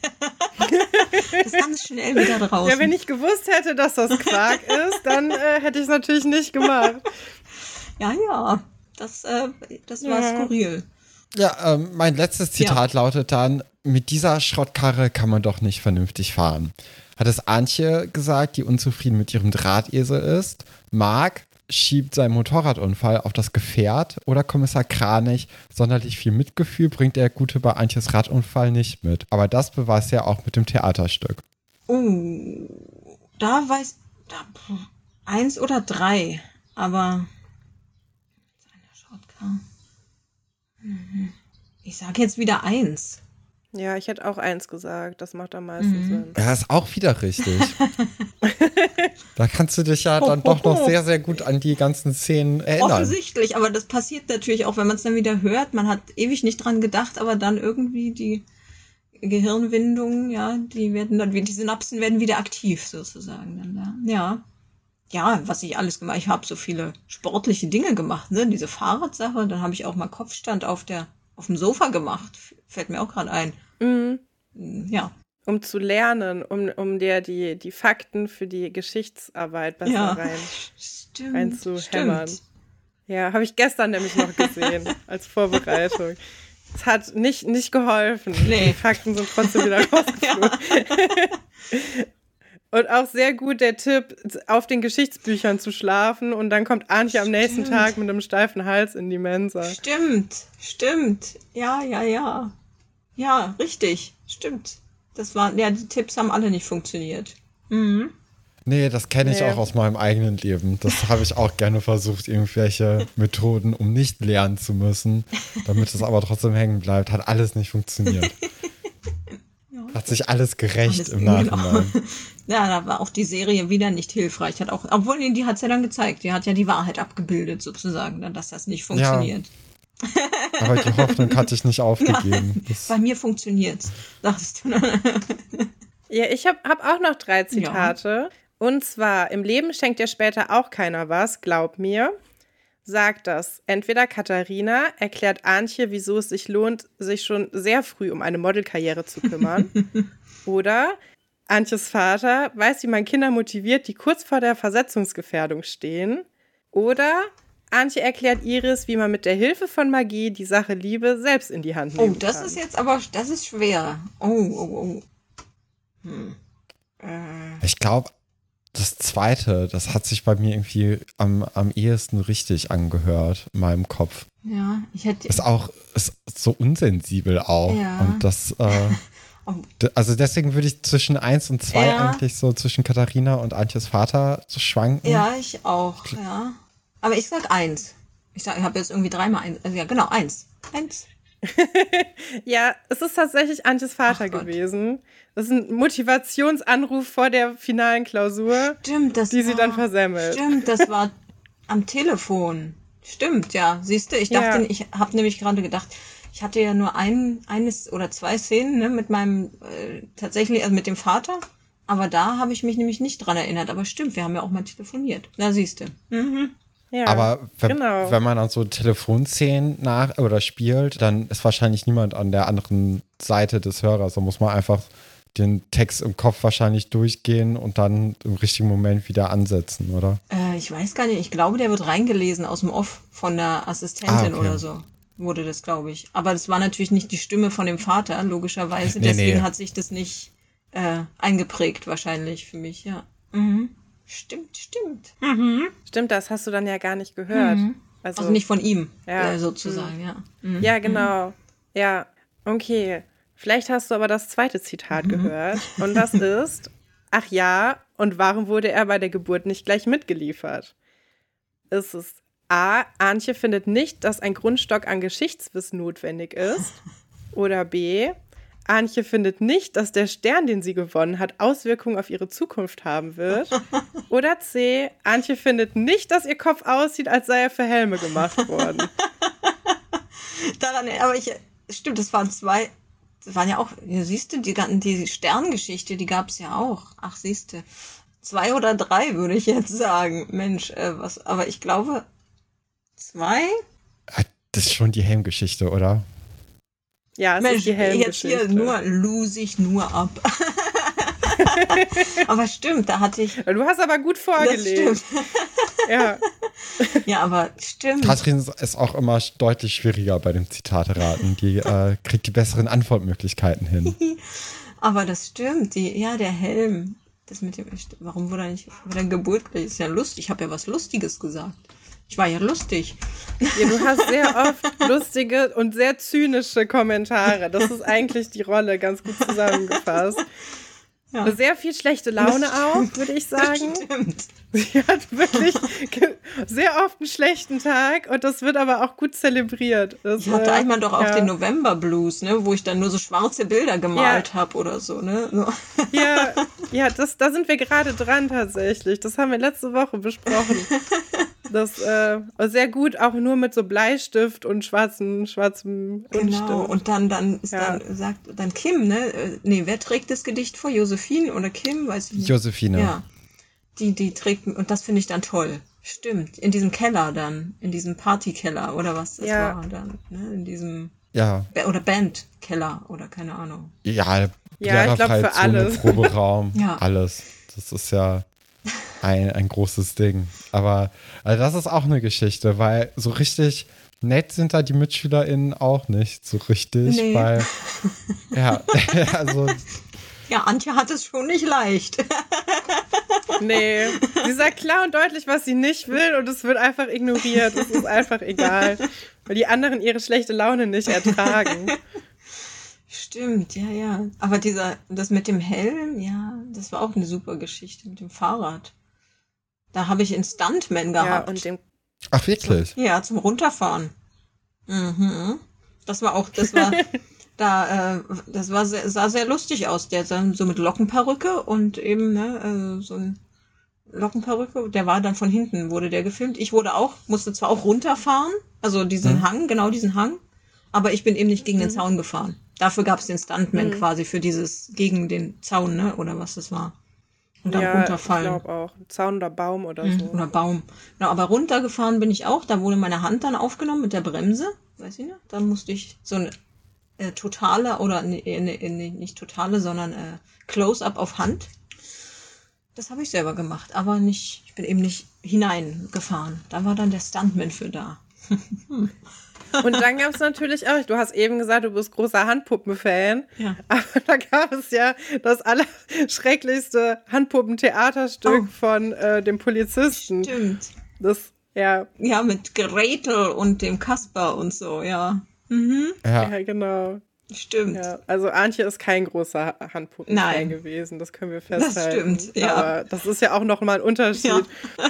Das ist ganz schnell wieder draußen. Ja, wenn ich gewusst hätte, dass das Quark ist, dann hätte ich es natürlich nicht gemacht. Ja. Das war skurril. Ja, mein letztes Zitat lautet dann, mit dieser Schrottkarre kann man doch nicht vernünftig fahren. Hat es Antje gesagt, die unzufrieden mit ihrem Drahtesel ist? Marc schiebt seinen Motorradunfall auf das Gefährt oder Kommissar Kranich, sonderlich viel Mitgefühl bringt der Gute bei Antjes Radunfall nicht mit. Aber das beweist er auch mit dem Theaterstück. Oh, 1 oder 3, aber... Ich sage jetzt wieder 1. Ja, ich hätte auch 1 gesagt. Das macht am meisten Sinn. Ja, ist auch wieder richtig. Da kannst du dich ja dann doch noch sehr, sehr gut an die ganzen Szenen erinnern. Offensichtlich, aber das passiert natürlich auch, wenn man es dann wieder hört. Man hat ewig nicht dran gedacht, aber dann irgendwie die Gehirnwindungen, die Synapsen werden wieder aktiv sozusagen. Dann da. Ja. Ja, was ich alles gemacht habe. Ich habe so viele sportliche Dinge gemacht, ne? Diese Fahrradsache, dann habe ich auch mal Kopfstand auf dem Sofa gemacht. Fällt mir auch gerade ein. Mhm. Ja. Um zu lernen, um dir die Fakten für die Geschichtsarbeit besser reinzuhämmern. Ja, habe ich gestern nämlich noch gesehen, als Vorbereitung. Es hat nicht geholfen. Nee. Die Fakten sind trotzdem wieder rausgeflogen. Und auch sehr gut der Tipp, auf den Geschichtsbüchern zu schlafen und dann kommt Antje am nächsten Tag mit einem steifen Hals in die Mensa. Stimmt. Ja. Ja, richtig. Stimmt. Die Tipps haben alle nicht funktioniert. Mhm. Nee, das kenne ich auch aus meinem eigenen Leben. Das habe ich auch gerne versucht, irgendwelche Methoden, um nicht lernen zu müssen, damit es aber trotzdem hängen bleibt. Hat alles nicht funktioniert. Hat sich alles gerecht Alles im genau. Nachhinein. Ja, da war auch die Serie wieder nicht hilfreich. Obwohl, die hat es ja dann gezeigt. Die hat ja die Wahrheit abgebildet, sozusagen, dann, dass das nicht funktioniert. Aber die Hoffnung hatte ich nicht aufgegeben. Bei mir funktioniert's, sagst du. Ja, ich hab auch noch 3 Zitate. Und zwar, im Leben schenkt dir später auch keiner was, glaub mir. Sagt das entweder Katharina, erklärt Antje, wieso es sich lohnt, sich schon sehr früh um eine Modelkarriere zu kümmern. Oder Antjes Vater weiß, wie man Kinder motiviert, die kurz vor der Versetzungsgefährdung stehen. Oder Antje erklärt Iris, wie man mit der Hilfe von Magie die Sache Liebe selbst in die Hand nehmen kann. Das ist jetzt aber, das ist schwer. Ich glaube, das Zweite, das hat sich bei mir irgendwie am ehesten richtig angehört in meinem Kopf. Ja, ist so unsensibel auch. Ja. Und das, also deswegen würde ich zwischen 1 und 2 eigentlich so zwischen Katharina und Antjes Vater so schwanken. Ja, ich auch, ja. Aber ich sag 1. Ich habe jetzt irgendwie 3 mal 1. Also ja, genau, 1. 1. Ja, es ist tatsächlich Antjes Vater gewesen. Das ist ein Motivationsanruf vor der finalen Klausur, die sie dann versemmelt. Stimmt, das war am Telefon. Stimmt, ja. Siehst du, ich dachte, ich habe nämlich gerade gedacht, ich hatte ja nur eines oder 2 Szenen, ne, mit meinem, tatsächlich, also mit dem Vater. Aber da habe ich mich nämlich nicht dran erinnert. Aber stimmt, wir haben ja auch mal telefoniert. Na, siehst du. Mhm. Ja, aber wenn man dann so Telefonszenen spielt, dann ist wahrscheinlich niemand an der anderen Seite des Hörers. Da muss man einfach den Text im Kopf wahrscheinlich durchgehen und dann im richtigen Moment wieder ansetzen, oder? Ich weiß gar nicht. Ich glaube, der wird reingelesen aus dem Off von der Assistentin oder so. Wurde das, glaube ich. Aber das war natürlich nicht die Stimme von dem Vater, logischerweise. Deswegen hat sich das nicht eingeprägt wahrscheinlich für mich, ja. Mhm. Stimmt. Mhm. Stimmt, das hast du dann ja gar nicht gehört. Mhm. Also nicht von ihm, sozusagen, ja. Mhm. Ja, genau. Ja, okay. Vielleicht hast du aber das zweite Zitat gehört. Und das ist, ach ja, und warum wurde er bei der Geburt nicht gleich mitgeliefert? Ist es A, Antje findet nicht, dass ein Grundstock an Geschichtswissen notwendig ist. Oder B, Antje findet nicht, dass der Stern, den sie gewonnen hat, Auswirkungen auf ihre Zukunft haben wird. Oder C, Antje findet nicht, dass ihr Kopf aussieht, als sei er für Helme gemacht worden. Stimmt, das waren 2, das waren ja auch, siehst du, die Sterngeschichte, die gab es ja auch. Ach, siehst du, 2 oder 3 würde ich jetzt sagen. Mensch, aber ich glaube, 2? Das ist schon die Helmgeschichte, oder? Ja, es ist die Helmgeschichte. Jetzt hier lose ich nur ab. Aber stimmt, da hatte ich... Du hast aber gut vorgelegt. Ja. Ja, aber stimmt. Katrin ist auch immer deutlich schwieriger bei dem Zitate-Raten. Die kriegt die besseren Antwortmöglichkeiten hin. Aber das stimmt. Der Helm. Das mit dem... Warum wurde er nicht bei der Geburt? Das ist ja lustig. Ich habe ja was Lustiges gesagt. Ich war ja lustig. Ja, du hast sehr oft lustige und sehr zynische Kommentare. Das ist eigentlich die Rolle, ganz gut zusammengefasst. Ja. Sehr viel schlechte Laune auch, würde ich sagen. Stimmt. Sie hat wirklich sehr oft einen schlechten Tag und das wird aber auch gut zelebriert. Ich hatte einmal doch auch den November-Blues, ne, wo ich dann nur so schwarze Bilder gemalt habe oder so. Ne? So. Ja, da sind wir gerade dran tatsächlich. Das haben wir letzte Woche besprochen. Das sehr gut, auch nur mit so Bleistift und schwarzem Genau, und dann sagt dann Kim, ne? Nee, wer trägt das Gedicht vor? Josephine oder Kim? Weiß ich nicht. Josephine. Ja. Die trägt, und das finde ich dann toll. Stimmt. In diesem Keller dann, in diesem Partykeller oder was das war dann, ne? In diesem oder Bandkeller oder keine Ahnung. Ja, ich glaube für alles. Proberaum, alles. Das ist ja ein großes Ding. Aber also das ist auch eine Geschichte, weil so richtig nett sind da die MitschülerInnen auch nicht so richtig, weil also ja, Antje hat es schon nicht leicht. Nee, sie sagt klar und deutlich, was sie nicht will und es wird einfach ignoriert. Es ist einfach egal, weil die anderen ihre schlechte Laune nicht ertragen. Stimmt, ja. Aber das mit dem Helm, das war auch eine super Geschichte mit dem Fahrrad. Da habe ich einen Stuntman gehabt. Ach, wirklich? Zum Runterfahren. Mhm. Das war Das sah sehr lustig aus. Der sah so mit Lockenperücke und eben, ne, so ein Lockenperücke. Der war dann von hinten, wurde der gefilmt. Ich musste zwar auch runterfahren, also diesen Hang, genau diesen Hang, aber ich bin eben nicht gegen den Zaun gefahren. Dafür gab es den Stuntman quasi für dieses gegen den Zaun, ne, oder was das war. Und dann runterfallen. Ich glaube auch. Zaun oder Baum oder so. Oder Baum. Genau, aber runtergefahren bin ich auch. Da wurde meine Hand dann aufgenommen mit der Bremse. Weiß ich nicht. Dann musste ich so eine totale oder nicht totale, sondern Close-up auf Hand. Das habe ich selber gemacht, aber nicht, ich bin eben nicht hineingefahren. Da war dann der Stuntman für da. Und dann gab es natürlich auch, du hast eben gesagt, du bist großer Handpuppen-Fan, Ja. aber da gab es ja das allerschrecklichste Handpuppentheaterstück von dem Polizisten. Stimmt. Das, ja. Ja, mit Gretel und dem Kasper und so, ja. Ja, genau. Stimmt. Ja, also Antje ist kein großer Handpuppen-Fan gewesen, das können wir festhalten. Das stimmt, ja. Aber das ist ja auch nochmal ein Unterschied. Ja.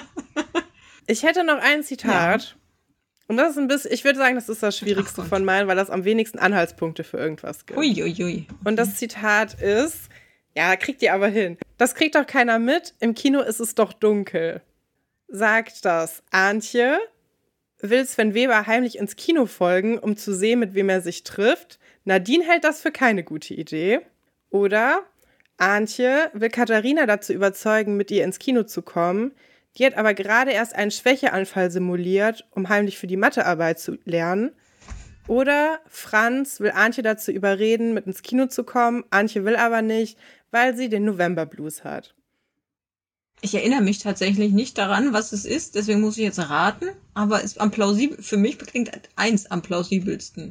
Ich hätte noch ein Zitat. Und das ist ein bisschen, ich würde sagen, das ist das Schwierigste von meinen, weil das am wenigsten Anhaltspunkte für irgendwas gibt. Uiuiui. Und das Zitat ist, ja, kriegt ihr aber hin. Das kriegt doch keiner mit, im Kino ist es doch dunkel. Sagt das Antje, will Sven Weber heimlich ins Kino folgen, um zu sehen, mit wem er sich trifft. Nadine hält das für keine gute Idee. Oder Antje will Katharina dazu überzeugen, mit ihr ins Kino zu kommen. Die hat aber gerade erst einen Schwächeanfall simuliert, um heimlich für die Mathearbeit zu lernen. Oder Franz will Antje dazu überreden, mit ins Kino zu kommen. Antje will aber nicht, weil sie den November-Blues hat. Ich erinnere mich tatsächlich nicht daran, was es ist, deswegen muss ich jetzt raten. Aber für mich klingt eins am plausibelsten.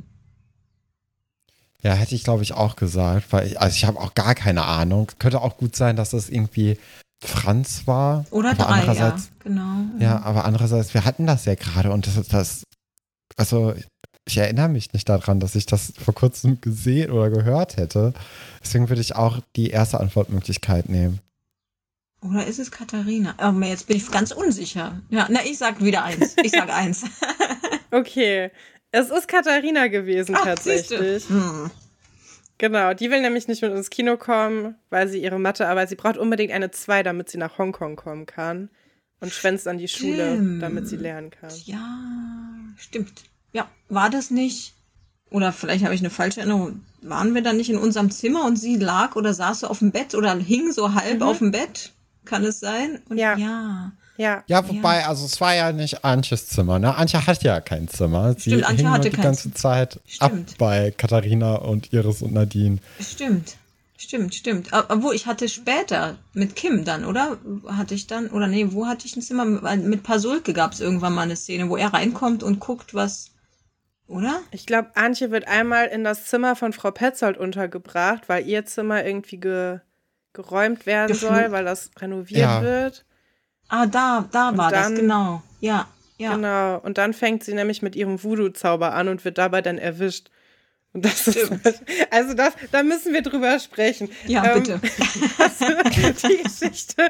Ja, hätte ich, glaube ich, auch gesagt, weil ich habe auch gar keine Ahnung. Könnte auch gut sein, dass das irgendwie Franz war. Oder aber 3, ja, genau. Ja, aber andererseits, wir hatten das ja gerade und also ich erinnere mich nicht daran, dass ich das vor kurzem gesehen oder gehört hätte. Deswegen würde ich auch die erste Antwortmöglichkeit nehmen. Oder ist es Katharina? Aber jetzt bin ich ganz unsicher. Ja, ich sag wieder 1. Ich sag 1. Okay, es ist Katharina gewesen tatsächlich. Genau, die will nämlich nicht mit ins Kino kommen, weil sie ihre Mathearbeit, sie braucht unbedingt eine 2, damit sie nach Hongkong kommen kann. Und schwänzt an die Schule, damit sie lernen kann. Ja, stimmt. Ja, war das nicht, oder vielleicht habe ich eine falsche Erinnerung, waren wir dann nicht in unserem Zimmer und sie lag oder saß so auf dem Bett oder hing so halb auf dem Bett? Kann es sein? Und ja, wobei, also es war ja nicht Antjes Zimmer, ne? Antje hat ja kein Zimmer. Sie Stimmt, Antje hing hatte nur die ganze Zeit ab bei Katharina und Iris und Nadine. Stimmt. Obwohl, ich hatte später mit Kim dann, oder? Wo hatte ich ein Zimmer? Mit Pasulke gab es irgendwann mal eine Szene, wo er reinkommt und guckt, was, oder? Ich glaube, Antje wird einmal in das Zimmer von Frau Petzold untergebracht, weil ihr Zimmer irgendwie geräumt werden soll, weil das renoviert wird. Ah, da war das, genau. Ja. Genau, und dann fängt sie nämlich mit ihrem Voodoo-Zauber an und wird dabei dann erwischt. Und das ist halt, also da müssen wir drüber sprechen. Ja, bitte. Die Geschichte,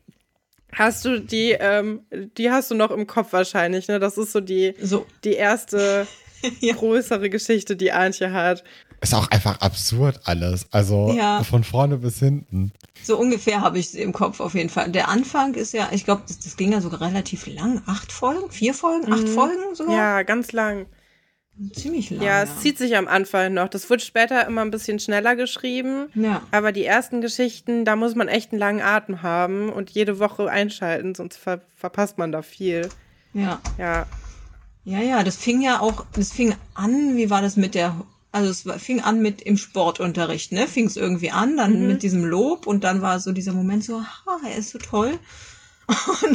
die hast du noch im Kopf wahrscheinlich, ne? Das ist so die erste größere Geschichte, die Antje hat. Ist auch einfach absurd alles. Also von vorne bis hinten. So ungefähr habe ich es im Kopf auf jeden Fall. Der Anfang ist ja, ich glaube, das ging ja sogar relativ lang. 8 Folgen? 4 Folgen? 8 Folgen sogar? Ja, ganz lang. Ziemlich lang. Ja, es zieht sich am Anfang noch. Das wird später immer ein bisschen schneller geschrieben. Ja. Aber die ersten Geschichten, da muss man echt einen langen Atem haben und jede Woche einschalten, sonst verpasst man da viel. Ja. Ja, das fing an, wie war das mit es fing an mit im Sportunterricht, ne? Fing es irgendwie an, dann mit diesem Lob und dann war so dieser Moment so, er ist so toll. Und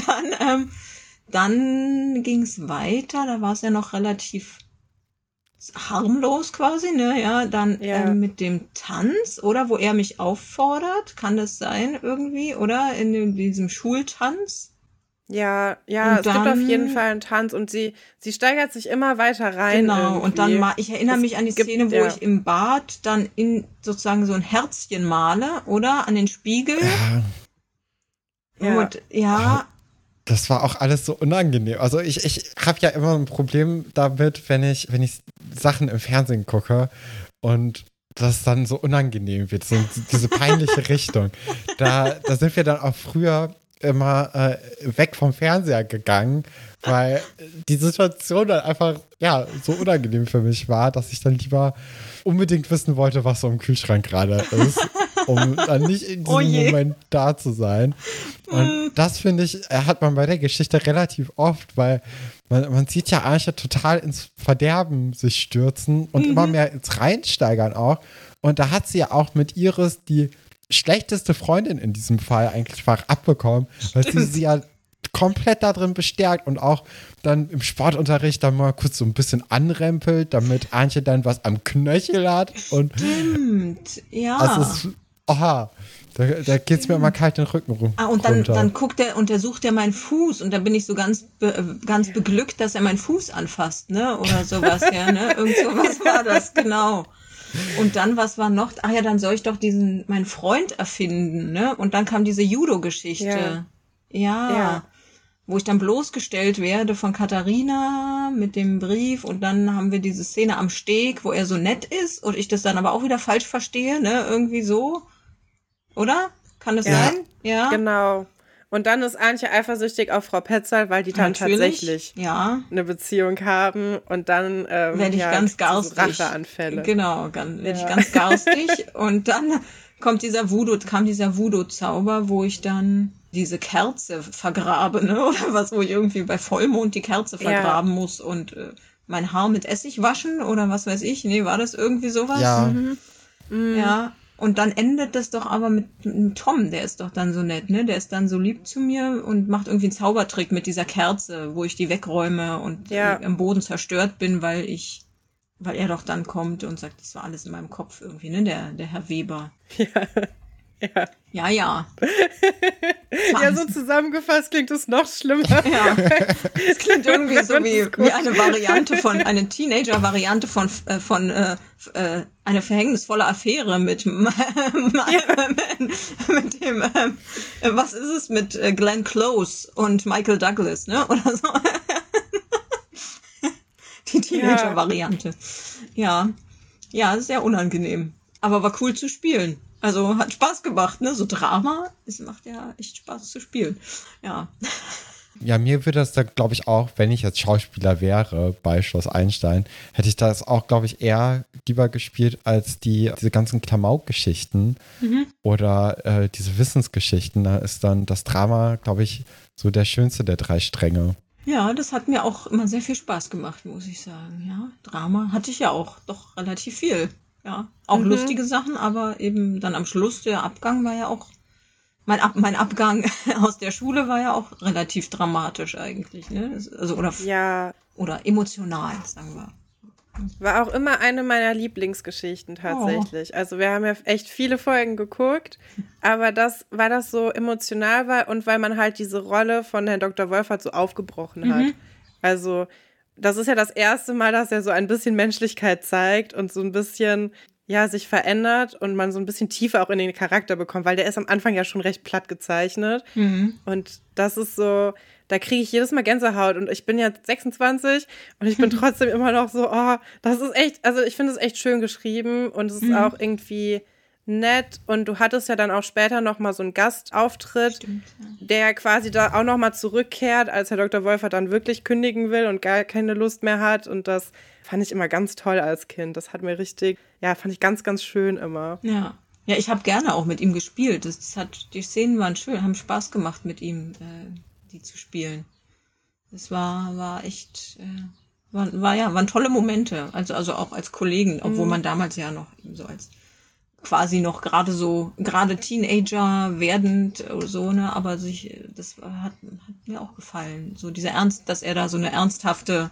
dann ging es weiter, da war es ja noch relativ harmlos quasi, ne? Ja, dann mit dem Tanz, oder? Wo er mich auffordert, kann das sein irgendwie, oder? In diesem Schultanz. Ja, es gibt auf jeden Fall einen Tanz und sie steigert sich immer weiter rein. Genau, irgendwie. und dann ich erinnere mich an die Szene, wo ich im Bad dann sozusagen so ein Herzchen male, oder? An den Spiegel. Und das war auch alles so unangenehm. Also ich habe ja immer ein Problem damit, wenn ich Sachen im Fernsehen gucke und das dann so unangenehm wird, so diese peinliche Richtung. Da sind wir dann auch früher immer weg vom Fernseher gegangen, weil die Situation dann einfach, ja, so unangenehm für mich war, dass ich dann lieber unbedingt wissen wollte, was so im Kühlschrank gerade ist, um dann nicht in diesem Moment da zu sein. Und das, finde ich, hat man bei der Geschichte relativ oft, weil man sieht ja Arche total ins Verderben sich stürzen und immer mehr ins Reinsteigern auch. Und da hat sie ja auch mit Iris die schlechteste Freundin in diesem Fall eigentlich abbekommen, weil sie ja komplett da drin bestärkt und auch dann im Sportunterricht dann mal kurz so ein bisschen anrempelt, damit Antje dann was am Knöchel hat. Und Stimmt, ja. Also da geht's mir immer kalt den Rücken rum. Und dann guckt er, untersucht er meinen Fuß und da bin ich so ganz beglückt, dass er meinen Fuß anfasst, ne, oder sowas, ja, ne, irgend sowas war das, genau. Und dann, was war noch? Ach ja, dann soll ich doch meinen Freund erfinden, ne? Und dann kam diese Judo-Geschichte. Ja. Wo ich dann bloßgestellt werde von Katharina mit dem Brief und dann haben wir diese Szene am Steg, wo er so nett ist und ich das dann aber auch wieder falsch verstehe, ne? Irgendwie so. Oder? Kann das sein? Ja. Genau. Und dann ist Antje eifersüchtig auf Frau Petzold, weil die dann tatsächlich eine Beziehung haben und dann werde ich ganz garstig. Racheanfälle. Genau, werde ich ganz garstig und dann kam dieser Voodoo-Zauber, wo ich dann diese Kerze vergrabe, ne? Oder was, wo ich irgendwie bei Vollmond die Kerze vergraben muss und mein Haar mit Essig waschen oder was weiß ich. Nee, war das irgendwie sowas? Ja. Ja. Und dann endet das doch aber mit Tom, der ist doch dann so nett, ne? Der ist dann so lieb zu mir und macht irgendwie einen Zaubertrick mit dieser Kerze, wo ich die wegräume und am Boden zerstört bin, weil er doch dann kommt und sagt, das war alles in meinem Kopf irgendwie, ne? Der Herr Weber. Ja. Ja. Ja, so zusammengefasst klingt es noch schlimmer. Ja. Es klingt irgendwie so wie eine Teenager-Variante von eine verhängnisvolle Affäre mit dem, was ist es, mit Glenn Close und Michael Douglas, ne? Oder so. Die Teenager-Variante. Ja, sehr unangenehm. Aber war cool zu spielen. Also hat Spaß gemacht, ne? So Drama, es macht ja echt Spaß zu spielen. Ja. Ja, mir würde das dann, glaube ich, auch, wenn ich jetzt Schauspieler wäre bei Schloss Einstein, hätte ich das auch, glaube ich, eher lieber gespielt als diese ganzen Klamauk-Geschichten oder diese Wissensgeschichten. Da ist dann das Drama, glaube ich, so der schönste der 3 Stränge. Ja, das hat mir auch immer sehr viel Spaß gemacht, muss ich sagen. Ja, Drama hatte ich ja auch doch relativ viel. Ja, auch lustige Sachen, aber eben dann am Schluss der Abgang war ja auch, mein Abgang aus der Schule war ja auch relativ dramatisch eigentlich, ne? Also, oder emotional, sagen wir. War auch immer eine meiner Lieblingsgeschichten tatsächlich. Also wir haben ja echt viele Folgen geguckt, aber weil das so emotional war und weil man halt diese Rolle von Herrn Dr. Wolfert so aufgebrochen hat. Also das ist ja das erste Mal, dass er so ein bisschen Menschlichkeit zeigt und so ein bisschen, sich verändert und man so ein bisschen tiefer auch in den Charakter bekommt, weil der ist am Anfang ja schon recht platt gezeichnet. Und das ist so, da kriege ich jedes Mal Gänsehaut und ich bin jetzt 26 und ich bin trotzdem immer noch so, das ist echt, also ich finde es echt schön geschrieben und es ist auch irgendwie nett und du hattest ja dann auch später noch mal so einen Gastauftritt, der quasi da auch noch mal zurückkehrt, als Herr Dr. Wolfert dann wirklich kündigen will und gar keine Lust mehr hat und das fand ich immer ganz toll als Kind. Das hat mir richtig, fand ich ganz, ganz schön immer. Ja, ich habe gerne auch mit ihm gespielt. Die Szenen waren schön, haben Spaß gemacht mit ihm, die zu spielen. Das war echt, waren tolle Momente, also auch als Kollegen, obwohl man damals ja noch so als quasi noch gerade Teenager werdend oder so, ne, aber das hat mir auch gefallen. So dieser Ernst, dass er da so eine ernsthaftere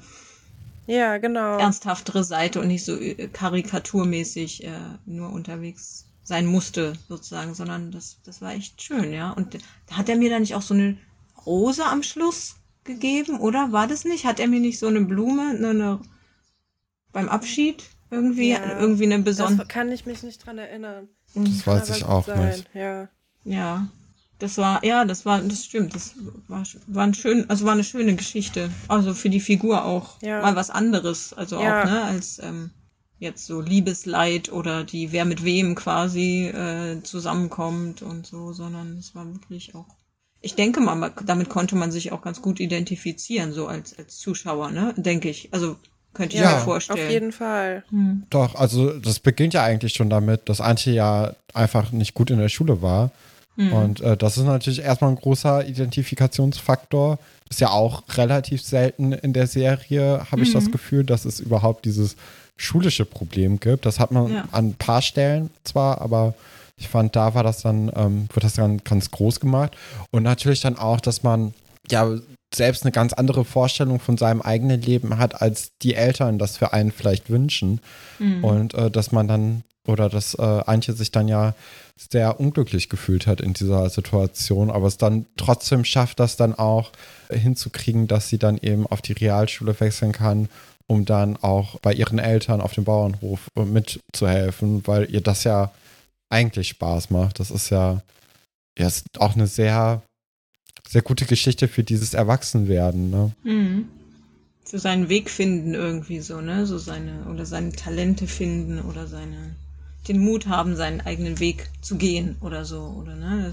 Seite und nicht so karikaturmäßig nur unterwegs sein musste, sozusagen, sondern das war echt schön, ja. Und hat er mir da nicht auch so eine Rose am Schluss gegeben, oder? War das nicht? Hat er mir nicht so eine Blume, beim Abschied? Irgendwie eine besondere. Das kann ich mich nicht dran erinnern. Das weiß ich auch nicht. Ja. Das stimmt. Das war eine schöne Geschichte. Also für die Figur auch mal was anderes. Also auch, ne, als, jetzt so Liebesleid oder die wer mit wem quasi zusammenkommt und so, sondern es war wirklich auch, ich denke mal, damit konnte man sich auch ganz gut identifizieren, so als Zuschauer, ne, denke ich. Also könnte ich mir vorstellen. Auf jeden Fall. Doch, also das beginnt ja eigentlich schon damit, dass Antje ja einfach nicht gut in der Schule war. Und das ist natürlich erstmal ein großer Identifikationsfaktor. Ist ja auch relativ selten in der Serie, habe ich das Gefühl, dass es überhaupt dieses schulische Problem gibt. Das hat man an ein paar Stellen zwar, aber ich fand, da war das dann, wird das dann ganz groß gemacht. Und natürlich dann auch, dass man ja selbst eine ganz andere Vorstellung von seinem eigenen Leben hat, als die Eltern das für einen vielleicht wünschen. Und dass man dann, oder dass Antje sich dann ja sehr unglücklich gefühlt hat in dieser Situation, aber es dann trotzdem schafft, das dann auch hinzukriegen, dass sie dann eben auf die Realschule wechseln kann, um dann auch bei ihren Eltern auf dem Bauernhof mitzuhelfen, weil ihr das ja eigentlich Spaß macht. Das ist ja ist auch eine sehr, sehr gute Geschichte für dieses Erwachsenwerden, ne? Für seinen Weg finden irgendwie so, ne? So seine Talente finden oder den Mut haben, seinen eigenen Weg zu gehen oder so, oder ne?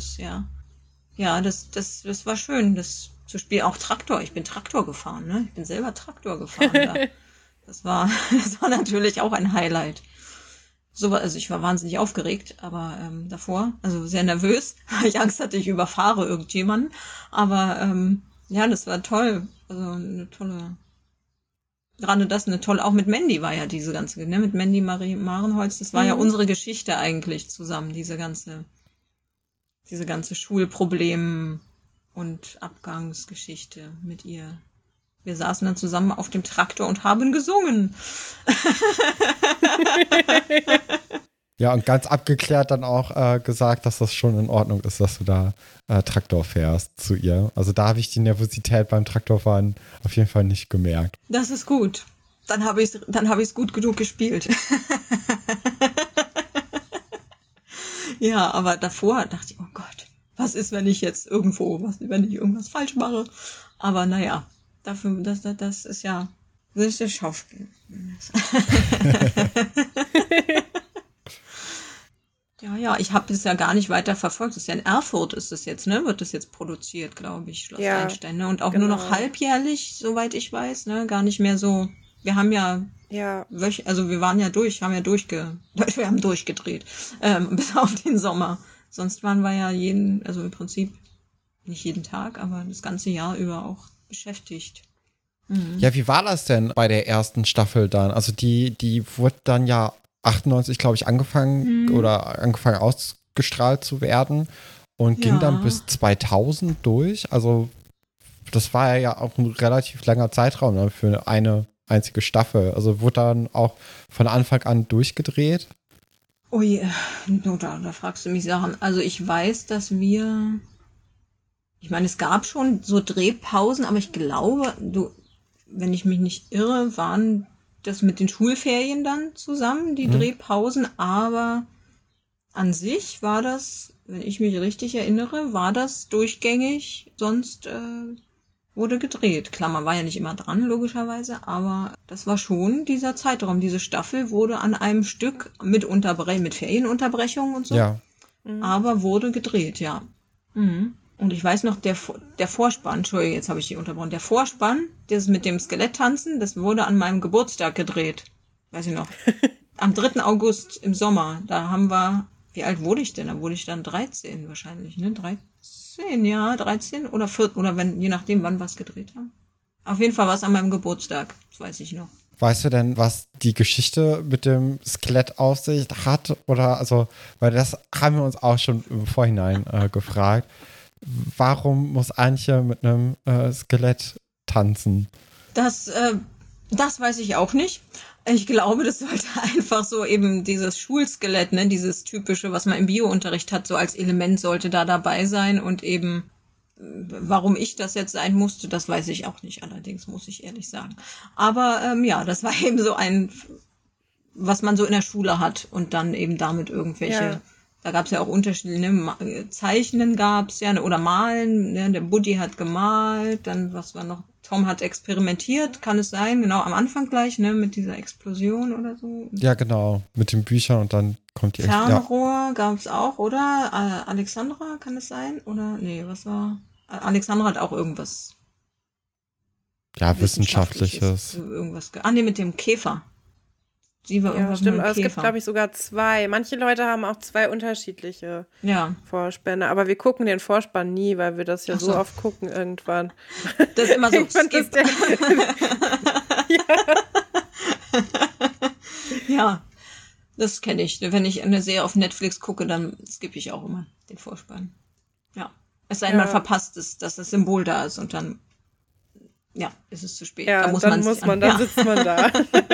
Das war schön, das zu spielen. Auch Traktor, ich bin Traktor gefahren, ne? Ich bin selber Traktor gefahren da. Das war natürlich auch ein Highlight. So, also ich war wahnsinnig aufgeregt, aber davor, also sehr nervös, weil ich Angst hatte, ich überfahre irgendjemanden. Aber das war toll. Also eine tolle, auch mit Mandy war ja diese ganze, ne, mit Mandy Marie Marenholz, das war ja unsere Geschichte eigentlich zusammen, diese ganze Schulproblem- und Abgangsgeschichte mit ihr. Wir saßen dann zusammen auf dem Traktor und haben gesungen. Ja, und ganz abgeklärt dann auch gesagt, dass das schon in Ordnung ist, dass du da Traktor fährst zu ihr. Also da habe ich die Nervosität beim Traktorfahren auf jeden Fall nicht gemerkt. Das ist gut. Dann habe ich's gut genug gespielt. Ja, aber davor dachte ich, oh Gott, was ist, wenn ich jetzt wenn ich irgendwas falsch mache? Aber naja, das ist ja Schauspiel. Ja, ich habe das ja gar nicht weiter verfolgt. Das ist ja in Erfurt ist das jetzt, ne? Wird das jetzt produziert, glaube ich, Schloss Einstein, ne? Und auch nur noch halbjährlich, soweit ich weiß, ne? Gar nicht mehr so. Wir haben wir haben durchgedreht, bis auf den Sommer. Sonst waren wir ja im Prinzip nicht jeden Tag, aber das ganze Jahr über auch beschäftigt. Ja, wie war das denn bei der ersten Staffel dann? Also die wurde dann ja 98, glaube ich, angefangen ausgestrahlt zu werden und ging dann bis 2000 durch. Also das war ja auch ein relativ langer Zeitraum, ne, für eine einzige Staffel. Also wurde dann auch von Anfang an durchgedreht. Ui, da fragst du mich Sachen. Also ich weiß, dass ich meine, es gab schon so Drehpausen, aber ich glaube, wenn ich mich nicht irre, waren das mit den Schulferien dann zusammen, die Drehpausen, aber an sich war das, wenn ich mich richtig erinnere, war das durchgängig, sonst wurde gedreht. Klar, man war ja nicht immer dran, logischerweise, aber das war schon dieser Zeitraum. Diese Staffel wurde an einem Stück mit Ferienunterbrechungen und so, aber wurde gedreht, ja. Und ich weiß noch, der Vorspann, Entschuldigung, jetzt habe ich die unterbrochen, der Vorspann, das mit dem Skeletttanzen, das wurde an meinem Geburtstag gedreht. Weiß ich noch. Am 3. August im Sommer, da haben wir, wie alt wurde ich denn? Da wurde ich dann 13 wahrscheinlich, ne? 13 oder 14, oder je nachdem, wann wir es gedreht haben. Auf jeden Fall war es an meinem Geburtstag, das weiß ich noch. Weißt du denn, was die Geschichte mit dem Skelett auf sich hat? Oder, also, weil das haben wir uns auch schon im Vorhinein gefragt. Warum muss Antje mit einem Skelett tanzen? Das weiß ich auch nicht. Ich glaube, das sollte einfach so eben dieses Schulskelett, ne, dieses typische, was man im Biounterricht hat, so als Element sollte da dabei sein und eben, warum ich das jetzt sein musste, das weiß ich auch nicht, allerdings muss ich ehrlich sagen. Aber das war eben so was man so in der Schule hat und dann eben damit irgendwelche Da gab es ja auch Unterschiede, ne? Zeichnen gab es ja, oder Malen, ne? Der Buddy hat gemalt, dann was war noch, Tom hat experimentiert, kann es sein, genau am Anfang gleich, ne? Mit dieser Explosion oder so. Ja, genau, mit den Büchern und dann kommt die Fernrohr gab es auch, oder? Alexandra, kann es sein? Oder, nee, was war? Alexandra hat auch irgendwas. Ja, Wissenschaftliches. Irgendwas. Nee, mit dem Käfer. Sie war irgendwas stimmt, mit dem aber es gibt, Käfer. glaube ich, sogar 2. Manche Leute haben auch 2 unterschiedliche Vorspänne, aber wir gucken den Vorspann nie, weil wir das ja so oft gucken irgendwann. Das ist immer so skip. Ja, das kenne ich. Wenn ich eine Serie auf Netflix gucke, dann skippe ich auch immer den Vorspann. Ja. Es sei denn, man verpasst es, dass das Symbol da ist und dann ist es zu spät. Ja, dann sitzt man da.